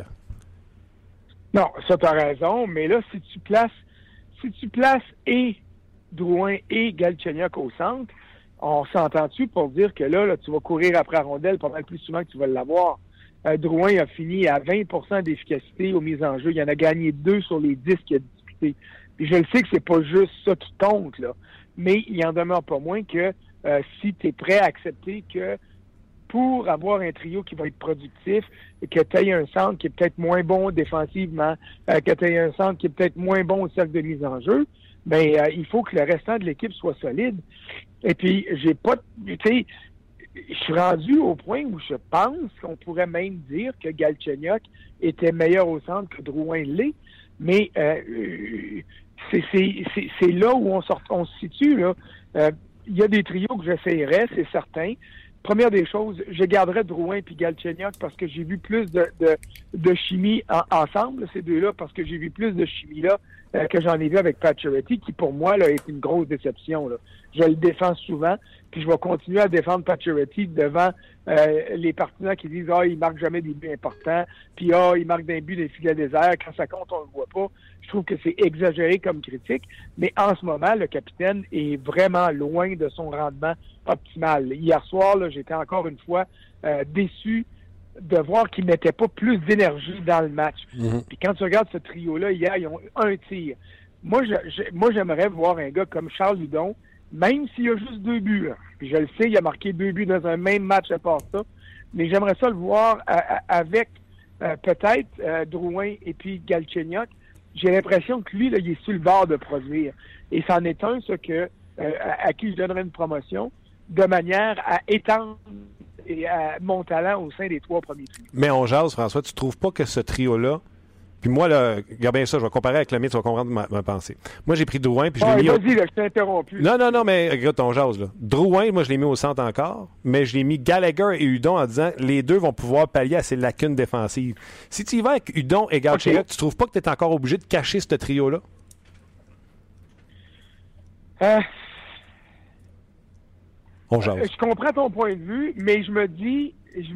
Non, ça t'as raison, mais là, si tu places et Drouin et Galchenyuk au centre, on s'entend-tu pour dire que là, tu vas courir après la rondelle pas mal plus souvent que tu vas l'avoir. Drouin a fini à 20% d'efficacité aux mises en jeu. Il en a gagné 2 sur les 10 qu'il a disputés. Puis je le sais que c'est pas juste ça qui compte, là. Mais il en demeure pas moins que si tu es prêt à accepter que pour avoir un trio qui va être productif, que tu aies un centre qui est peut-être moins bon défensivement, que tu aies un centre qui est peut-être moins bon au cercle de mise en jeu, il faut que le restant de l'équipe soit solide. Et puis, je suis rendu au point où je pense qu'on pourrait même dire que Galchenyuk était meilleur au centre que Drouin l'est, mais c'est là où on se situe, là. Il y a des trios que j'essayerais, c'est certain. première des choses, je garderais Drouin puis Galchenyuk parce que j'ai vu plus de chimie ensemble, ces deux-là, parce que j'ai vu plus de chimie là que j'en ai vu avec Pacioretty, qui pour moi là, est une grosse déception. Là. Je le défends souvent, puis je vais continuer à défendre Pacioretty devant les partisans qui disent « Ah, il marque jamais des buts importants », puis « Ah, il marque des buts des filets déserts, quand ça compte, on le voit pas ». Je trouve que c'est exagéré comme critique, mais en ce moment, le capitaine est vraiment loin de son rendement optimal. Hier soir, là, j'étais encore une fois déçu de voir qu'ils mettait pas plus d'énergie dans le match. Puis quand tu regardes ce trio-là, hier, ils ont un tir. Moi, j'aimerais voir un gars comme Charles Hudon, même s'il a juste 2 buts. Puis je le sais, il a marqué 2 buts dans un même match à part ça. Mais j'aimerais ça le voir avec peut-être Drouin et puis Galchenyuk. J'ai l'impression que lui, là, il est sur le bord de produire. Et c'en est un, ça, à qui je donnerais une promotion, de manière à étendre mon talent au sein des 3 premiers trios. Mais on jase, François, tu trouves pas que ce trio-là... Puis moi, là, regarde bien ça, je vais comparer avec le mien, tu vas comprendre ma pensée. Moi, j'ai pris Drouin, puis je l'ai mis... Vas-y, là, je t'ai interrompu. Non, mais regarde ton jase, là. Drouin, moi, je l'ai mis au centre encore, mais je l'ai mis Gallagher et Hudon en disant les deux vont pouvoir pallier à ces lacunes défensives. Si tu y vas avec Hudon et Galchenyuk, tu trouves pas que tu es encore obligé de cacher ce trio-là? On jase. Je comprends ton point de vue, mais je me dis,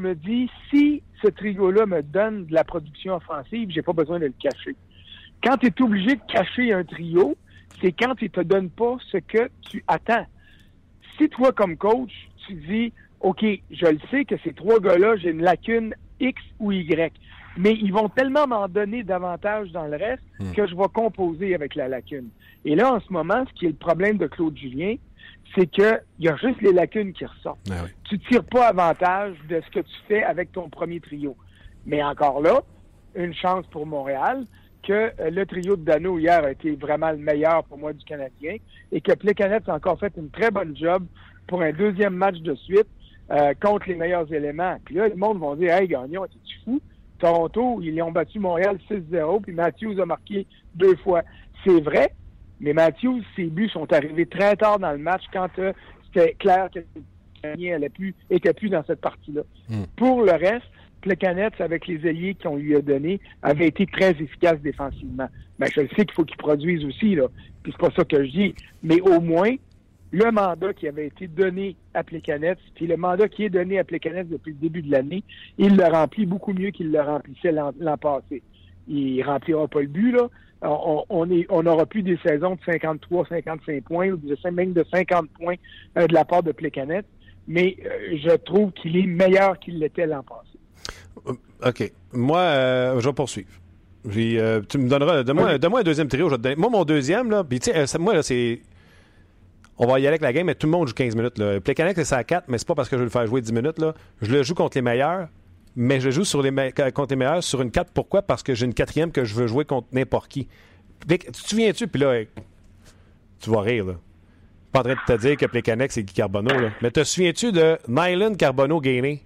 si ce trio-là me donne de la production offensive, j'ai pas besoin de le cacher. Quand tu es obligé de cacher un trio, c'est quand il te donne pas ce que tu attends. Si toi, comme coach, tu dis, OK, je le sais que ces 3 gars-là, j'ai une lacune X ou Y, mais ils vont tellement m'en donner davantage dans le reste que je vais composer avec la lacune. Et là, en ce moment, ce qui est le problème de Claude Julien, c'est qu'il y a juste les lacunes qui ressortent. Ah oui. Tu tires pas avantage de ce que tu fais avec ton premier trio. Mais encore là, une chance pour Montréal que le trio de Dano hier a été vraiment le meilleur pour moi du Canadien et que Plekanec a encore fait une très bonne job pour un 2e match de suite contre les meilleurs éléments. Puis là, le monde va dire « Hey, Gagnon, t'es-tu fou? Toronto, ils ont battu Montréal 6-0, puis Matthews a marqué 2 fois. » C'est vrai, mais Matthews, ses buts sont arrivés très tard dans le match quand c'était clair que le Canadien était plus dans cette partie-là. Pour le reste, Plekanec, avec les ailiers qu'on lui a donnés, avait été très efficace défensivement. Ben, je le sais qu'il faut qu'il produise aussi, là. Puis c'est pas ça que je dis. Mais au moins, le mandat qui avait été donné à Plekanec, puis le mandat qui est donné à Plekanec depuis le début de l'année, il le remplit beaucoup mieux qu'il le remplissait l'an passé. Il remplira pas le but, là. On n'aura plus des saisons de 53, 55 points, ou même de 50 points de la part de Plekanec, mais je trouve qu'il est meilleur qu'il l'était l'an passé. OK. Moi, je vais poursuivre. Tu me donneras... Donne-moi un deuxième trio. Je vais te donner. Moi, mon deuxième, là, puis tu sais, moi, là, c'est... On va y aller avec la game, mais tout le monde joue 15 minutes. Plekanec, c'est à 4, mais c'est pas parce que je vais le faire jouer 10 minutes. Là. Je le joue contre les meilleurs, mais je joue contre les meilleurs sur une 4. Pourquoi? Parce que j'ai une 4e que je veux jouer contre n'importe qui. Tu te souviens-tu? Puis là, tu vas rire, là. Pas en train de te dire que Plekanec, c'est Guy Carbonneau, là. Mais te souviens-tu de Nyland Carbonneau-Gainé?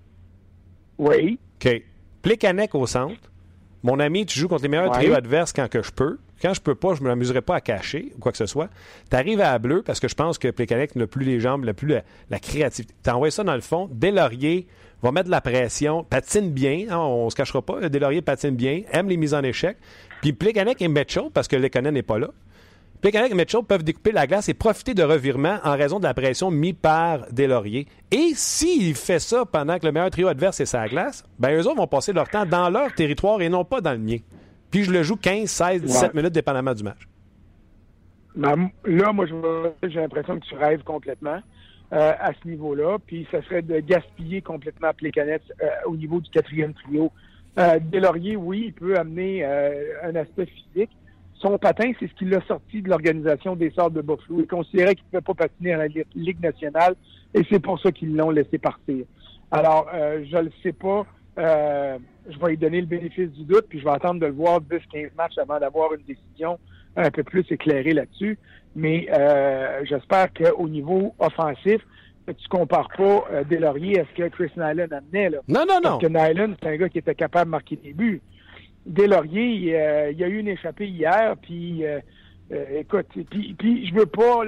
Oui. OK. Plekanec au centre. Mon ami, tu joues contre les meilleurs trios adverses quand que je peux. Quand je peux pas, je ne m'amuserai pas à cacher ou quoi que ce soit. Tu arrives à la bleue parce que je pense que Plekanec n'a plus les jambes, n'a plus la créativité. Tu envoies ça dans le fond. Deslauriers va mettre de la pression, patine bien. Hein, on se cachera pas. Deslauriers patine bien, aime les mises en échec. Puis Plekanec et Mitchell, parce que Lekonen n'est pas là, Plekanec et Mitchell peuvent découper la glace et profiter de revirements en raison de la pression mise par Deslauriers. Et s'il fait ça pendant que le meilleur trio adverse est sa glace, ben eux autres vont passer leur temps dans leur territoire et non pas dans le mien. Puis je le joue 15, 16, 17 minutes dépendamment du match. Ben, là, moi, j'ai l'impression que tu rêves complètement à ce niveau-là. Puis ça serait de gaspiller complètement Plekanec au niveau du 4e trio. Deslauriers, oui, il peut amener un aspect physique. Son patin, c'est ce qui l'a sorti de l'organisation des Sables de Buffalo. Il considérait qu'il ne pouvait pas patiner à la Ligue nationale et c'est pour ça qu'ils l'ont laissé partir. Alors, je ne le sais pas. Je vais lui donner le bénéfice du doute puis je vais attendre de le voir 10-15 matchs avant d'avoir une décision un peu plus éclairée là-dessus. Mais j'espère qu'au niveau offensif, tu ne compares pas Deslauriers à ce que Chris Nyland amenait. Là. Non. Parce que Nyland, c'est un gars qui était capable de marquer des buts. Deslauriers, il y a eu une échappée hier, puis écoute, puis je veux pas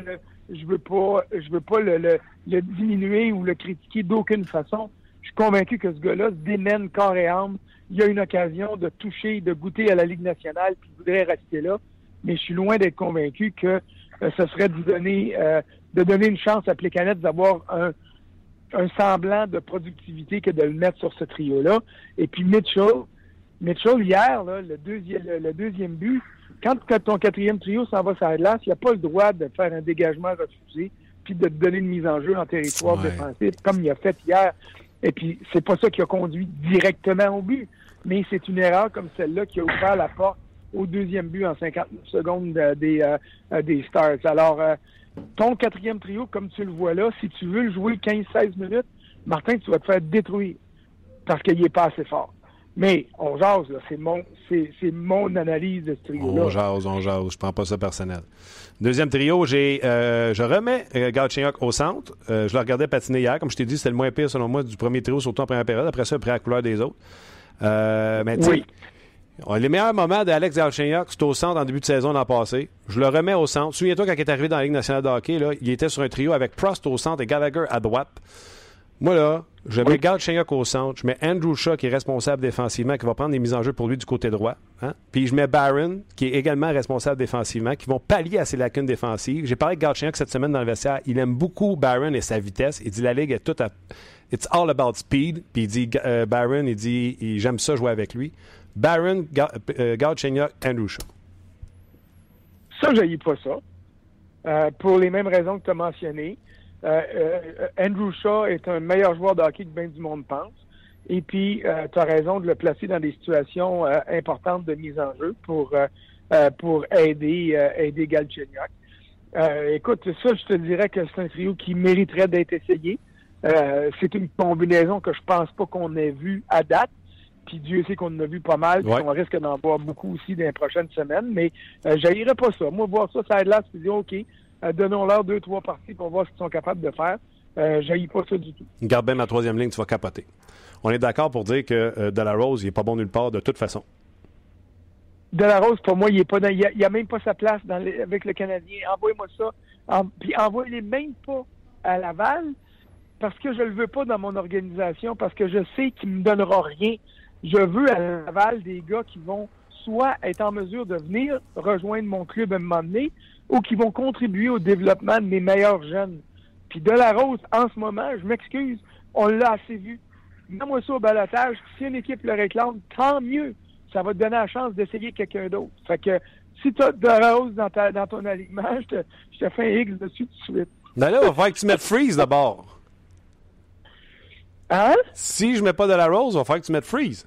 je veux pas le diminuer ou le critiquer d'aucune façon. Je suis convaincu que ce gars-là se démène corps et âme. Il a une occasion de toucher, de goûter à la Ligue nationale, puis il voudrait rester là. Mais je suis loin d'être convaincu que ce serait de donner une chance à Plekanec d'avoir un semblant de productivité que de le mettre sur ce trio-là. Et puis Mitchell, hier, là, le deuxième but, quand ton quatrième trio s'en va sur la glace, il n'a pas le droit de faire un dégagement refusé puis de te donner une mise en jeu en territoire défensif, comme il a fait hier. Et puis, c'est pas ça qui a conduit directement au but, mais c'est une erreur comme celle-là qui a ouvert la porte au deuxième but en 59 secondes des Stars. Alors, ton quatrième trio, comme tu le vois là, si tu veux le jouer 15-16 minutes, Martin, tu vas te faire détruire parce qu'il n'est pas assez fort. Mais on jase, là. C'est mon analyse de ce trio-là. On jase. Je prends pas ça personnel. Deuxième trio, je remets Galchenyuk au centre. Je le regardais patiner hier. Comme je t'ai dit, c'était le moins pire, selon moi, du premier trio, surtout en première période. Après ça, après la couleur des autres. Mais tu sais, les meilleurs moments d'Alex Galchenyuk, c'était au centre en début de saison l'an passé. Je le remets au centre. Souviens-toi, quand il est arrivé dans la Ligue nationale de hockey, là, il était sur un trio avec Prost au centre et Gallagher à droite. Moi, là, je mets Galchenyuk au centre. Je mets Andrew Shaw, qui est responsable défensivement, qui va prendre des mises en jeu pour lui du côté droit. Hein? Puis je mets Barron, qui est également responsable défensivement, qui vont pallier à ses lacunes défensives. J'ai parlé avec Galchenyuk cette semaine dans le vestiaire. Il aime beaucoup Barron et sa vitesse. Il dit la Ligue est toute à... It's all about speed. Puis il dit, Barron, il dit, j'aime ça jouer avec lui. Barron, Galchenyuk, Andrew Shaw. Ça, je n'haïs pas ça. Pour les mêmes raisons que tu as mentionnées. Andrew Shaw est un meilleur joueur de hockey que bien du monde pense. Et puis, tu as raison de le placer dans des situations importantes de mise en jeu pour aider Galchenyuk. Écoute, ça, je te dirais que c'est un trio qui mériterait d'être essayé. C'est une combinaison que je pense pas qu'on ait vue à date. Puis Dieu sait qu'on en a vu pas mal, puis on risque d'en voir beaucoup aussi dans les prochaines semaines. Mais j'haïrais pas ça. Moi, voir ça aide là, je me dis OK. Donnons-leur 2-3 parties pour voir ce qu'ils sont capables de faire. J'haïs pas ça du tout. Garde bien ma troisième ligne, tu vas capoter. On est d'accord pour dire que Delarose, il n'est pas bon nulle part de toute façon. Delarose, pour moi, il est pas dans, il a même pas sa place avec le Canadien. Envoyez-moi ça. Puis envoyez-les même pas à Laval parce que je le veux pas dans mon organisation, parce que je sais qu'il me donnera rien. Je veux à Laval des gars qui vont soit être en mesure de venir rejoindre mon club à un moment donné, ou qui vont contribuer au développement de mes meilleurs jeunes. Puis Delarose, en ce moment, je m'excuse, on l'a assez vu. Mets-moi ça au balotage. Si une équipe le réclame, tant mieux. Ça va te donner la chance d'essayer quelqu'un d'autre. Fait que si tu as Delarose dans ton alignement, je te fais un X dessus tout de suite. Ben là, il va falloir que tu mettes Freeze d'abord. Hein? Si je mets pas Delarose, il va falloir que tu mettes Freeze.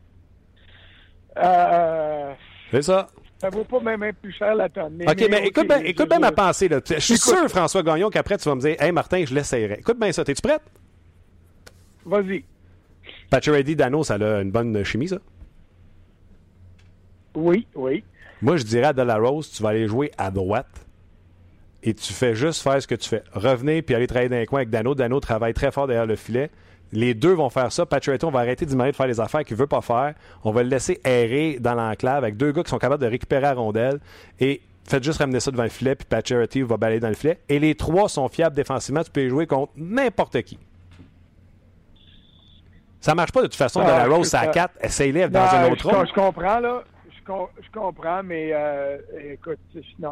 C'est ça. Ça vaut pas même plus cher la tonne. OK, mais écoute bien ma pensée. Là. Je suis sûr, François Gagnon, qu'après, tu vas me dire « Hey, Martin, je l'essayerai. » Écoute bien ça. T'es-tu prête? Vas-y. Pacioretty, Dano, ça a une bonne chimie, ça? Oui. Moi, je dirais à Delarose, tu vas aller jouer à droite et tu fais juste faire ce que tu fais. Revenez puis aller travailler dans les coins avec Dano. Dano travaille très fort derrière le filet. Les deux vont faire ça. Pacioretty, on va arrêter d'y demander de faire les affaires qu'il ne veut pas faire. On va le laisser errer dans l'enclave avec deux gars qui sont capables de récupérer la rondelle. Et faites juste ramener ça devant le filet, puis Pacioretty va balayer dans le filet. Et les trois sont fiables défensivement. Tu peux y jouer contre n'importe qui. Ça marche pas de toute façon. Delarose à 4. Essaye-les dans un autre rôle. Je comprends, là. Je comprends, mais écoute, non.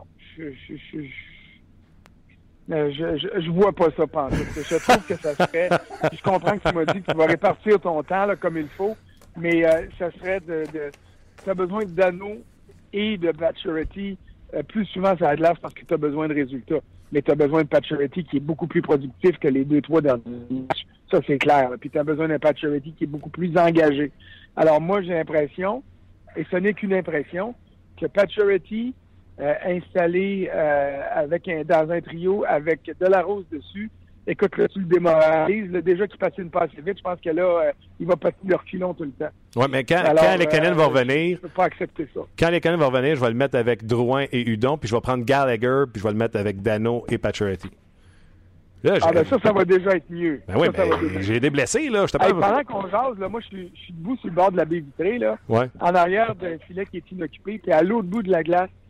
Je vois pas ça pantoute. Je trouve que ça serait... Je comprends que tu m'as dit que tu vas répartir ton temps là, comme il faut, mais ça serait tu as besoin de Dano et de Pacioretty plus souvent ça glace parce que tu as besoin de résultats. Mais tu as besoin de Pacioretty qui est beaucoup plus productif que les 2-3 derniers matchs. Ça, c'est clair. Puis tu as besoin d'un Pacioretty qui est beaucoup plus engagé. Alors moi, j'ai l'impression, et ce n'est qu'une impression, que Pacioretty installé dans un trio avec Delarose dessus. Écoute, là, tu le démoralises. Là, déjà qu'il patine pas assez vite, je pense que là, il va patiner le reculon tout le temps. Oui, mais quand les Canadiens vont revenir... Je peux pas accepter ça. Quand les Canadiens vont revenir, je vais le mettre avec Drouin et Hudon, puis je vais prendre Gallagher, puis je vais le mettre avec Dano et Pacioretty. Là, ça va déjà être mieux. Ben oui, mais j'ai des blessés, là. Pendant qu'on jase, là, moi, je suis debout sur le bord de la baie vitrée, là, en arrière d'un filet qui est inoccupé, puis à l'autre bout de la glace,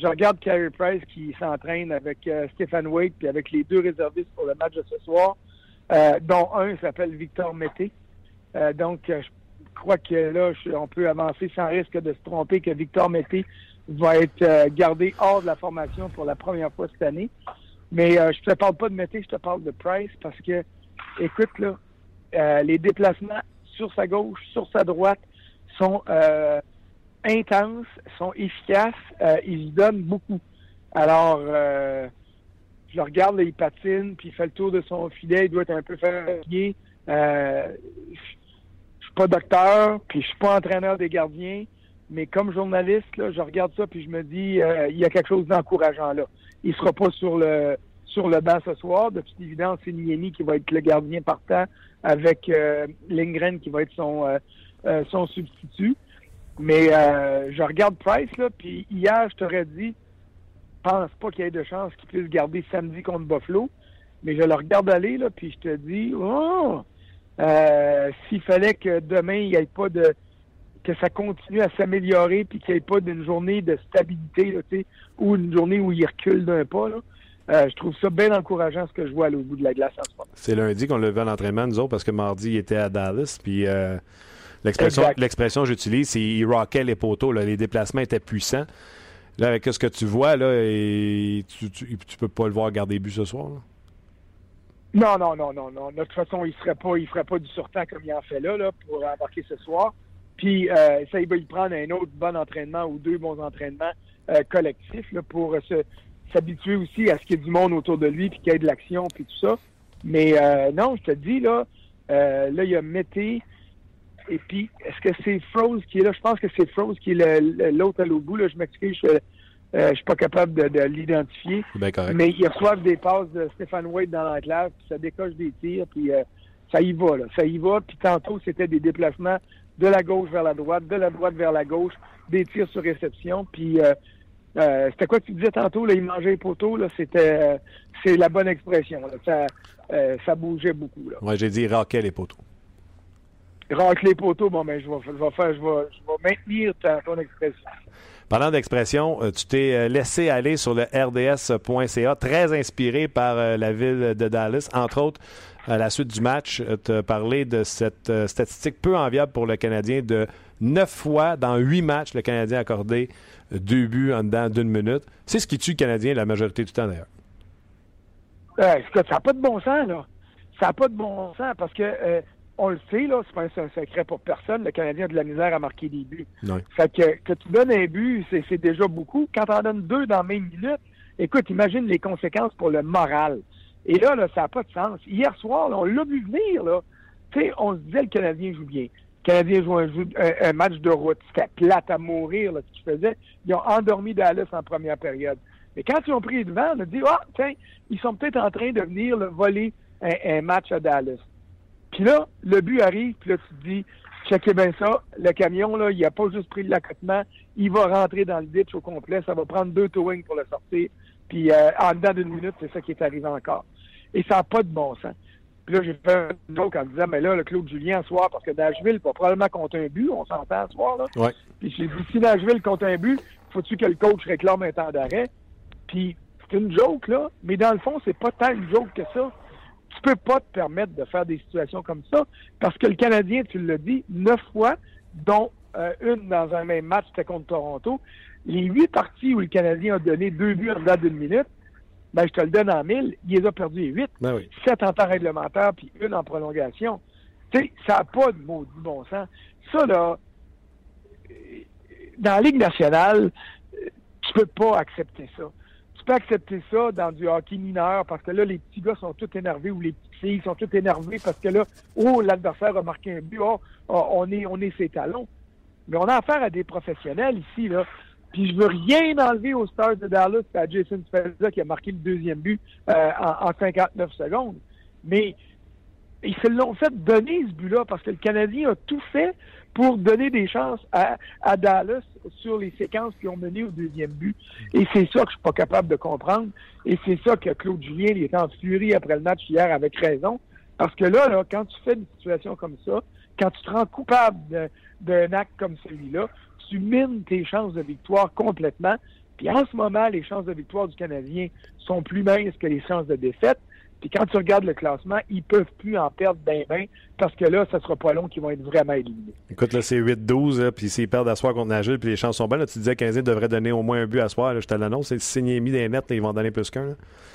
je regarde Carey Price qui s'entraîne avec Stephen Wade puis avec les 2 réservistes pour le match de ce soir, dont un s'appelle Victor Mété. Donc, je crois que là, on peut avancer sans risque de se tromper que Victor Mété va être gardé hors de la formation pour la première fois cette année. Mais je te parle pas de Mété, je te parle de Price parce que, écoute, là, les déplacements sur sa gauche, sur sa droite sont intenses, sont efficaces, ils se donnent beaucoup. Alors, je le regarde, là, il patine, puis il fait le tour de son filet, il doit être un peu fatigué. Je suis pas docteur, puis je suis pas entraîneur des gardiens, mais comme journaliste, là, je regarde ça, puis je me dis, il y a quelque chose d'encourageant là. Il sera pas sur le banc ce soir. De toute évidence, c'est Niemi qui va être le gardien partant avec Lindgren qui va être son substitut. Mais je regarde Price, là, puis hier, je t'aurais dit, pense pas qu'il y ait de chance qu'il puisse garder samedi contre Buffalo. Mais je le regarde aller, là, puis je te dis, s'il fallait que demain, il n'y ait pas que ça continue à s'améliorer, puis qu'il n'y ait pas d'une journée de stabilité, là, ou une journée où il recule d'un pas, là, je trouve ça bien encourageant ce que je vois au bout de la glace en ce moment. C'est lundi qu'on l'a vu à l'entraînement, nous autres, parce que mardi, il était à Dallas, puis l'expression que j'utilise, c'est il rockait les poteaux, là, les déplacements étaient puissants. Là, avec ce que tu vois, là, tu peux pas le voir garder but ce soir, là? Non. De toute façon, il ferait pas du surtemps comme il en fait là pour embarquer ce soir. Puis, ça, il va y prendre un autre bon entraînement ou 2 bons entraînements collectifs là, pour s'habituer aussi à ce qu'il y ait du monde autour de lui puis qu'il y ait de l'action puis tout ça. Mais non, je te dis, là, il y a Mété. Et puis, est-ce que c'est Froze qui est là? Je pense que c'est Froze qui est l'autre à l'autre bout. Là. Je m'excuse, je suis pas capable de l'identifier. Bien correct. Mais ils reçoivent des passes de Stephen Wade dans l'enclave, puis ça décoche des tirs, puis ça y va, là. Ça y va. Puis tantôt, c'était des déplacements de la gauche vers la droite, de la droite vers la gauche, des tirs sur réception. Puis c'était quoi que tu disais tantôt? Là, il mangeait les poteaux, là, c'est la bonne expression. Là. Ça bougeait beaucoup. Oui, j'ai dit roquait les poteaux. Racle les poteaux, bon, ben, je vais maintenir ton expression. Parlant d'expression, tu t'es laissé aller sur le rds.ca, très inspiré par la ville de Dallas. Entre autres, à la suite du match, tu as parlé de cette statistique peu enviable pour le Canadien de 9 fois dans 8 matchs, le Canadien a accordé 2 buts en dedans d'1 minute. C'est ce qui tue le Canadien la majorité du temps, d'ailleurs. Ça n'a pas de bon sens, là. Ça n'a pas de bon sens parce que... on le sait, là, c'est pas un secret pour personne. Le Canadien a de la misère à marquer des buts. Oui. Fait que tu donnes un but, c'est déjà beaucoup. Quand tu en donnes 2 dans la même minute, écoute, imagine les conséquences pour le moral. Et là, ça n'a pas de sens. Hier soir, là, on l'a vu venir, là. Tu sais, on se disait le Canadien joue bien. Le Canadien joue un match de route. C'était plate à mourir, là, ce qu'ils faisaient. Ils ont endormi Dallas en première période. Mais quand ils ont pris le vent, on a dit, tiens, ils sont peut-être en train de venir voler un match à Dallas. Puis là, le but arrive, puis là, tu te dis, checkez bien ça, le camion, là, il n'a pas juste pris de l'accotement, il va rentrer dans le ditch au complet, ça va prendre 2 towings pour le sortir, puis en dedans d'1 minute, c'est ça qui est arrivé encore. Et ça n'a pas de bon sens. Puis là, j'ai fait un joke en disant, mais là, le Claude Julien, ce soir, parce que Nashville va probablement compter un but, on s'entend ce soir, là. Ouais. Puis j'ai dit, si Nashville compte un but, faut-tu que le coach réclame un temps d'arrêt? Puis c'est une joke, là, mais dans le fond, c'est pas tant une joke que ça. Tu peux pas te permettre de faire des situations comme ça parce que le Canadien, tu l'as dit, 9 fois, dont une dans un même match, c'était contre Toronto. Les 8 parties où le Canadien a donné 2 buts en dedans d'1 minute, ben je te le donne en 1000, il les a perdus 8. Ben oui. 7 en temps réglementaire puis 1 en prolongation. Tu sais, ça n'a pas de maudit bon sens. Ça, là, dans la Ligue nationale, tu peux pas accepter ça. Tu peux accepter ça dans du hockey mineur parce que là, les petits gars sont tous énervés ou les petites filles sont toutes énervées parce que là, l'adversaire a marqué un but, on est ses talons. Mais on a affaire à des professionnels ici, là. Puis je veux rien enlever aux Stars de Dallas et à Jason Spezza qui a marqué le 2e but en 59 secondes. Mais ils se l'ont fait donner ce but-là parce que le Canadien a tout fait pour donner des chances à Dallas sur les séquences qui ont mené au 2e but. Et c'est ça que je suis pas capable de comprendre. Et c'est ça que Claude Julien il était en furie après le match hier avec raison. Parce que là, quand tu fais une situation comme ça, quand tu te rends coupable d'un acte comme celui-là, tu mines tes chances de victoire complètement. Puis en ce moment, les chances de victoire du Canadien sont plus minces que les chances de défaite. Puis quand tu regardes le classement, ils peuvent plus en perdre ben parce que là, ça sera pas long qu'ils vont être vraiment éliminés. Écoute, là, c'est 8-12, puis s'ils perdent à soir contre Nashville, puis les chances sont bonnes, là, tu disais que le Canadien devrait donner au moins un but à soir. Là, je te l'annonce, c'est si Niemi des nets, là, ils vont donner plus qu'un.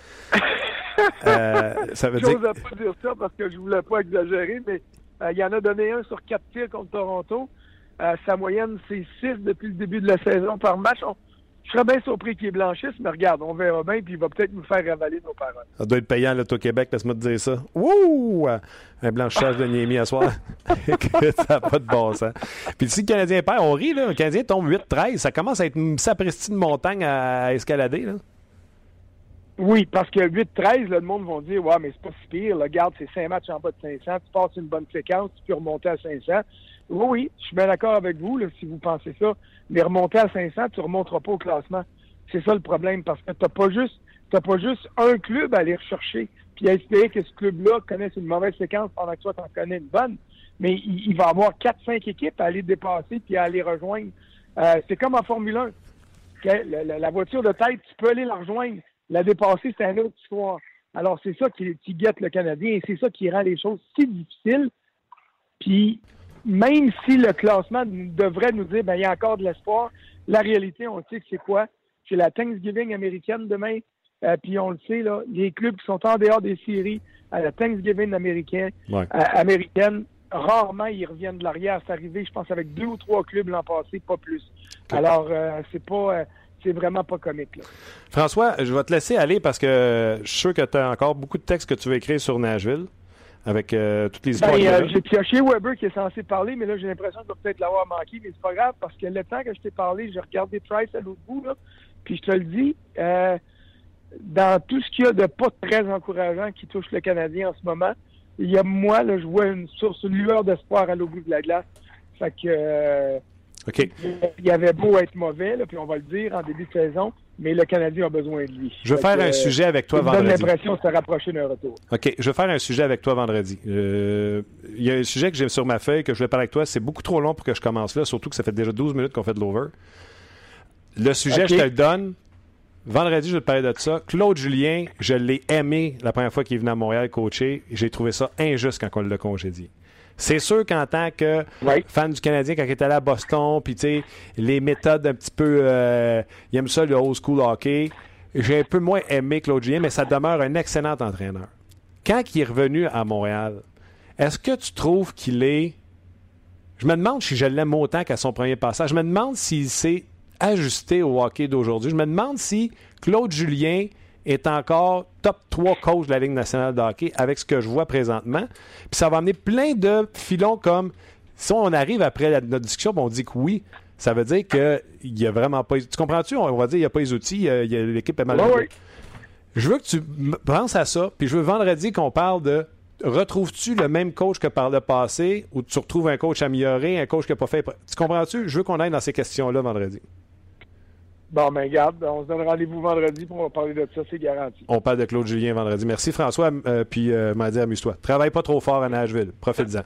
Ça veut dire... Je n'osais pas dire ça parce que je voulais pas exagérer, mais il y en a donné un sur 4 tirs contre Toronto. Sa moyenne, c'est 6 depuis le début de la saison par match. Je serais bien surpris qu'il blanchisse, mais regarde, on verra bien, puis il va peut-être nous faire ravaler nos paroles. Ça doit être payant, là, au Québec, laisse-moi te dire ça. Wouh! Un blanchissage de Niemi à soir. Ça n'a pas de bon sens. Puis si le Canadien perd, on rit, là. Le Canadien tombe 8-13. Ça commence à être une sapristi de montagne à escalader, là. Oui, parce que 8-13, là, le monde va dire « Ouais, mais c'est pas si pire. Là, regarde, c'est 5 matchs en bas de 500. Tu passes une bonne séquence, tu peux remonter à 500. » Oui, je suis bien d'accord avec vous, là, si vous pensez ça. Mais remonter à 500, tu ne remonteras pas au classement. C'est ça le problème, parce que t'as pas juste un club à aller rechercher, puis à espérer que ce club-là connaisse une mauvaise séquence pendant que toi, tu en connais une bonne. Mais il va avoir 4-5 équipes à aller dépasser puis à aller rejoindre. C'est comme en Formule 1. La voiture de tête, tu peux aller la rejoindre. La dépasser, c'est une autre histoire. Alors, c'est ça qui guette le Canadien et c'est ça qui rend les choses si difficiles. Puis, même si le classement devrait nous dire il y a encore de l'espoir, la réalité, on sait que c'est quoi? C'est la Thanksgiving américaine demain. Puis on le sait, là, les clubs qui sont en dehors des séries à la Thanksgiving américaine, rarement ils reviennent de l'arrière. C'est arrivé, je pense, avec 2 ou 3 clubs l'an passé, pas plus. Alors, c'est vraiment pas comique, là. François, je vais te laisser aller parce que je suis sûr que tu as encore beaucoup de textes que tu veux écrire sur Nashville avec toutes les histoires. J'ai pioché Weber qui est censé parler, mais là, j'ai l'impression qu'il va peut-être l'avoir manqué, mais c'est pas grave parce que le temps que je t'ai parlé, j'ai regardé Price à l'autre bout, là, puis je te le dis, dans tout ce qu'il y a de pas très encourageant qui touche le Canadien en ce moment, il y a moi, là, je vois une lueur d'espoir à l'autre bout de la glace. Fait que il avait beau être mauvais, là, puis on va le dire en début de saison, mais le Canadien a besoin de lui. Je veux faire un sujet avec toi vendredi. J'ai l'impression de se rapprocher d'un retour. OK, je veux faire un sujet avec toi vendredi. Il y a un sujet que j'ai sur ma feuille que je vais parler avec toi. C'est beaucoup trop long pour que je commence là, surtout que ça fait déjà 12 minutes qu'on fait de l'over. Le sujet, je te le donne. Vendredi, je vais te parler de ça. Claude Julien, je l'ai aimé la première fois qu'il est venu à Montréal coacher. J'ai trouvé ça injuste quand on l'a congédié. C'est sûr qu'en tant que fan du Canadien, quand il est allé à Boston, puis tu sais, les méthodes un petit peu... il aime ça, le old school hockey. J'ai un peu moins aimé Claude Julien, mais ça demeure un excellent entraîneur. Quand il est revenu à Montréal, est-ce que tu trouves qu'il est... Je me demande si je l'aime autant qu'à son premier passage. Je me demande s'il s'est ajusté au hockey d'aujourd'hui. Je me demande si Claude Julien est encore top 3 coach de la Ligue nationale de hockey avec ce que je vois présentement. Puis ça va amener plein de filons comme si on arrive après notre discussion et on dit que oui, ça veut dire qu'il n'y a vraiment pas... Tu comprends-tu? On va dire qu'il n'y a pas les outils, l'équipe est mal jouée. Je veux que tu penses à ça, puis je veux vendredi qu'on parle de retrouves-tu le même coach que par le passé ou tu retrouves un coach amélioré, un coach qui n'a pas fait... Tu comprends-tu? Je veux qu'on aille dans ces questions-là vendredi. Bon, ben garde, on se donne rendez-vous vendredi pour parler de ça, c'est garanti. On parle de Claude Julien vendredi. Merci François, puis m'a dit amuse-toi. Travaille pas trop fort à Nashville, profite-en.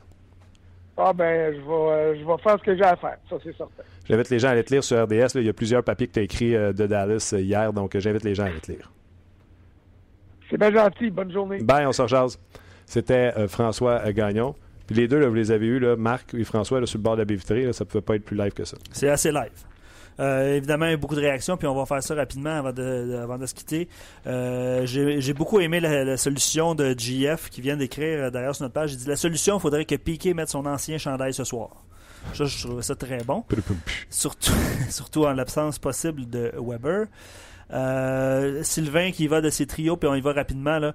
Ah ben, je vais faire ce que j'ai à faire, ça c'est certain. J'invite les gens à aller te lire sur RDS, là. Il y a plusieurs papiers que tu as écrits de Dallas hier, donc j'invite les gens à aller te lire. C'est bien gentil, bonne journée. Bye, on se rejase. C'était François Gagnon. Puis les deux, là, vous les avez eus, là, Marc et François, là, sur le bord de la baie vitrée, là, ça ne pouvait pas être plus live que ça. C'est assez live. Évidemment, il y a beaucoup de réactions, puis on va faire ça rapidement avant de se quitter. J'ai beaucoup aimé la solution de GF qui vient d'écrire derrière sur notre page. Il dit la solution, il faudrait que Piqué mette son ancien chandail ce soir. Ça, je trouvais ça très bon. Surtout en l'absence possible de Weber. Sylvain qui va de ses trios, puis on y va rapidement là.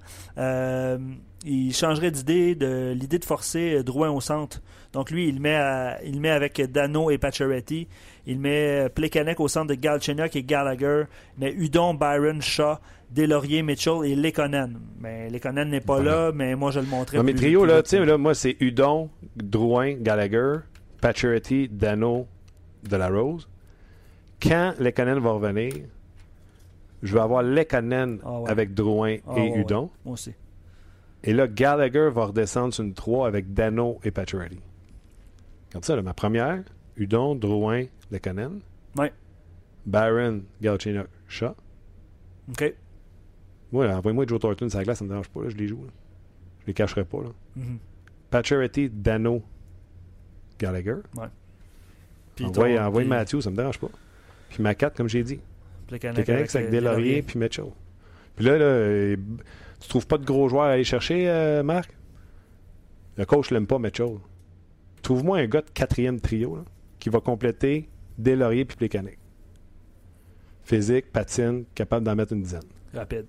Il changerait d'idée de l'idée de forcer Drouin au centre. Donc lui, il met avec Dano et Pacioretty. Il met Plekanec au centre de Galchenyuk et Gallagher. Il met Hudon, Byron, Shaw, Deslauriers, Mitchell et Lekonen. Mais Lekonen n'est pas là, mais moi je le montrais. Mes trios, là, tu sais, là, moi c'est Hudon, Drouin, Gallagher, Pacioretty, Dano, Delarose. Quand Lekonen va revenir, je vais avoir Lekonen avec Drouin et Hudon. Ouais. Moi aussi. Et là, Gallagher va redescendre sur une 3 avec Dano et Pacioretty. Regarde ça, là, ma première, Hudon, Drouin, Lekonen. Ouais. Byron, Galchenyuk. Shaw. OK. Moi, envoyez-moi Joe Thornton sur la glace, ça me dérange pas. Là, je les joue. Là. Je les cacherai pas. Là. Mm-hmm. Pacioretty, Dano, Gallagher. Ouais. Envoyez Matthews, ça me dérange pas. Puis ma 4, comme j'ai dit. Plekanec avec Deslauriers puis Mitchell. Puis là, tu trouves pas de gros joueurs à aller chercher, Marc? Le coach l'aime pas, Mitchell. Trouve-moi un gars de 4e trio là, qui va compléter Deslauriers puis Plekanec. Physique, patine, capable d'en mettre une dizaine. Rapide.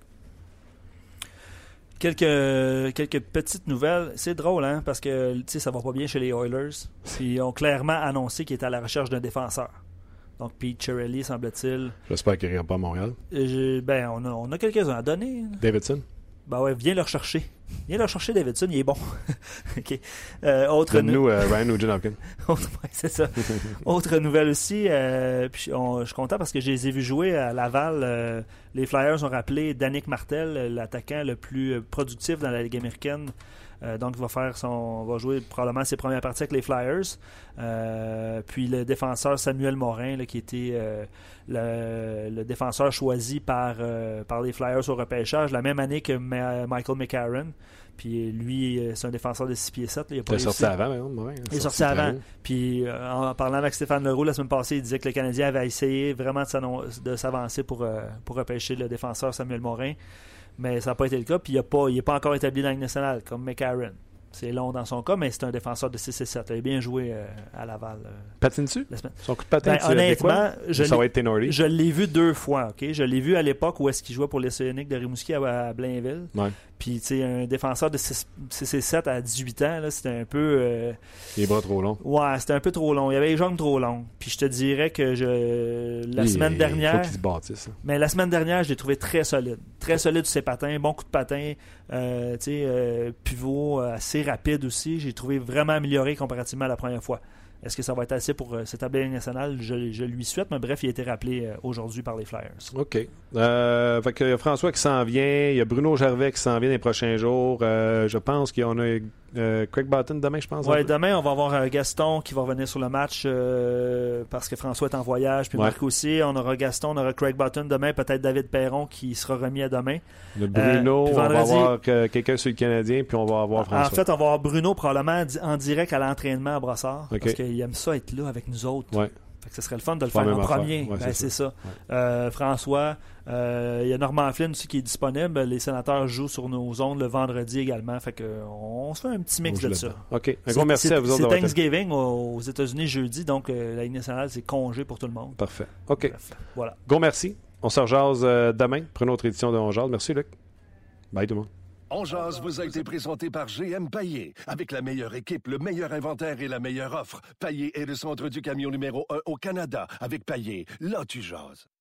Quelques petites nouvelles. C'est drôle, hein, parce que ça va pas bien chez les Oilers. Ils ont clairement annoncé qu'ils étaient à la recherche d'un défenseur. Donc, Pete Chiarelli, semble-t-il. J'espère qu'il ne pas à Montréal. On a quelques-uns à donner. Davidson? Ben ouais, viens le rechercher. Viens le rechercher, Davidson, il est bon. OK. Donne-nous Ryan Nugent-Hopkins. C'est ça. Autre nouvelle aussi, puis je suis content parce que je les ai vus jouer à Laval. Les Flyers ont rappelé Danick Martel, l'attaquant le plus productif dans la Ligue américaine. Donc, il va jouer probablement ses premières parties avec les Flyers. Puis le défenseur Samuel Morin, là, qui était le défenseur choisi par les Flyers au repêchage la même année que Michael McCarron. Puis lui, c'est un défenseur de 6 pieds 7. Là, il est sorti avant, Morin. Il est sorti avant. Puis en parlant avec Stéphane Leroux la semaine passée, il disait que le Canadien avait essayé vraiment de s'avancer pour repêcher le défenseur Samuel Morin. Mais ça n'a pas été le cas. Puis il n'est pas encore établi dans la Ligue nationale, comme McCarron. C'est long dans son cas, mais c'est un défenseur de 6 et 7. Il a bien joué à Laval. Patine-tu? Son coup de patin, honnêtement, ça va être Tenorti. Je l'ai vu 2 fois. Ok, je l'ai vu à l'époque où est-ce qu'il jouait pour les Sonics de Rimouski à Blainville. Ouais. Puis, tu sais, un défenseur de 6 et 7 à 18 ans, là, c'était un peu... Les bras trop longs. Ouais, c'était un peu trop long. Il avait les jambes trop longues. Puis je te dirais que la semaine dernière... Il faut qu'il se bâtisse. Mais la semaine dernière, je l'ai trouvé très solide. Très solide sur ses patins. Bon coup de patin. Pivot assez rapide aussi. J'ai trouvé vraiment amélioré comparativement à la première fois. Est-ce que ça va être assez pour s'établir à la Ligue nationale? Je lui souhaite, mais bref, il a été rappelé aujourd'hui par les Flyers. OK. Fait que y a François qui s'en vient, il y a Bruno Gervais qui s'en vient dans les prochains jours. Je pense qu'il y en a Craig Button demain, je pense. Oui, demain, on va avoir Gaston qui va revenir sur le match parce que François est en voyage, puis Marc aussi. On aura Gaston, on aura Craig Button demain, peut-être David Perron qui sera remis à demain. Le Bruno, on va avoir quelqu'un sur le Canadien, puis on va avoir François. En fait, on va avoir Bruno probablement en direct à l'entraînement à Brossard, parce qu'il aime ça être là avec nous autres. Ouais. Fait que ce serait le fun de le faire en premier. Ouais, c'est ça. Ouais. François, il y a Norman Flynn aussi qui est disponible. Les Sénateurs jouent sur nos ondes le vendredi également. Fait que on se fait un petit mix de ça. OK. Un gros merci à vous autres. C'est Thanksgiving aux États-Unis jeudi, donc la Ligue nationale, c'est congé pour tout le monde. Parfait. OK. Bref, voilà. Gros merci. On se rejase demain pour une autre édition de On Jase. Merci, Luc. Bye tout le monde. On Jase vous a été présenté par GM Paillé. Avec la meilleure équipe, le meilleur inventaire et la meilleure offre. Paillé est le centre du camion numéro 1 au Canada. Avec Paillé, là tu jases.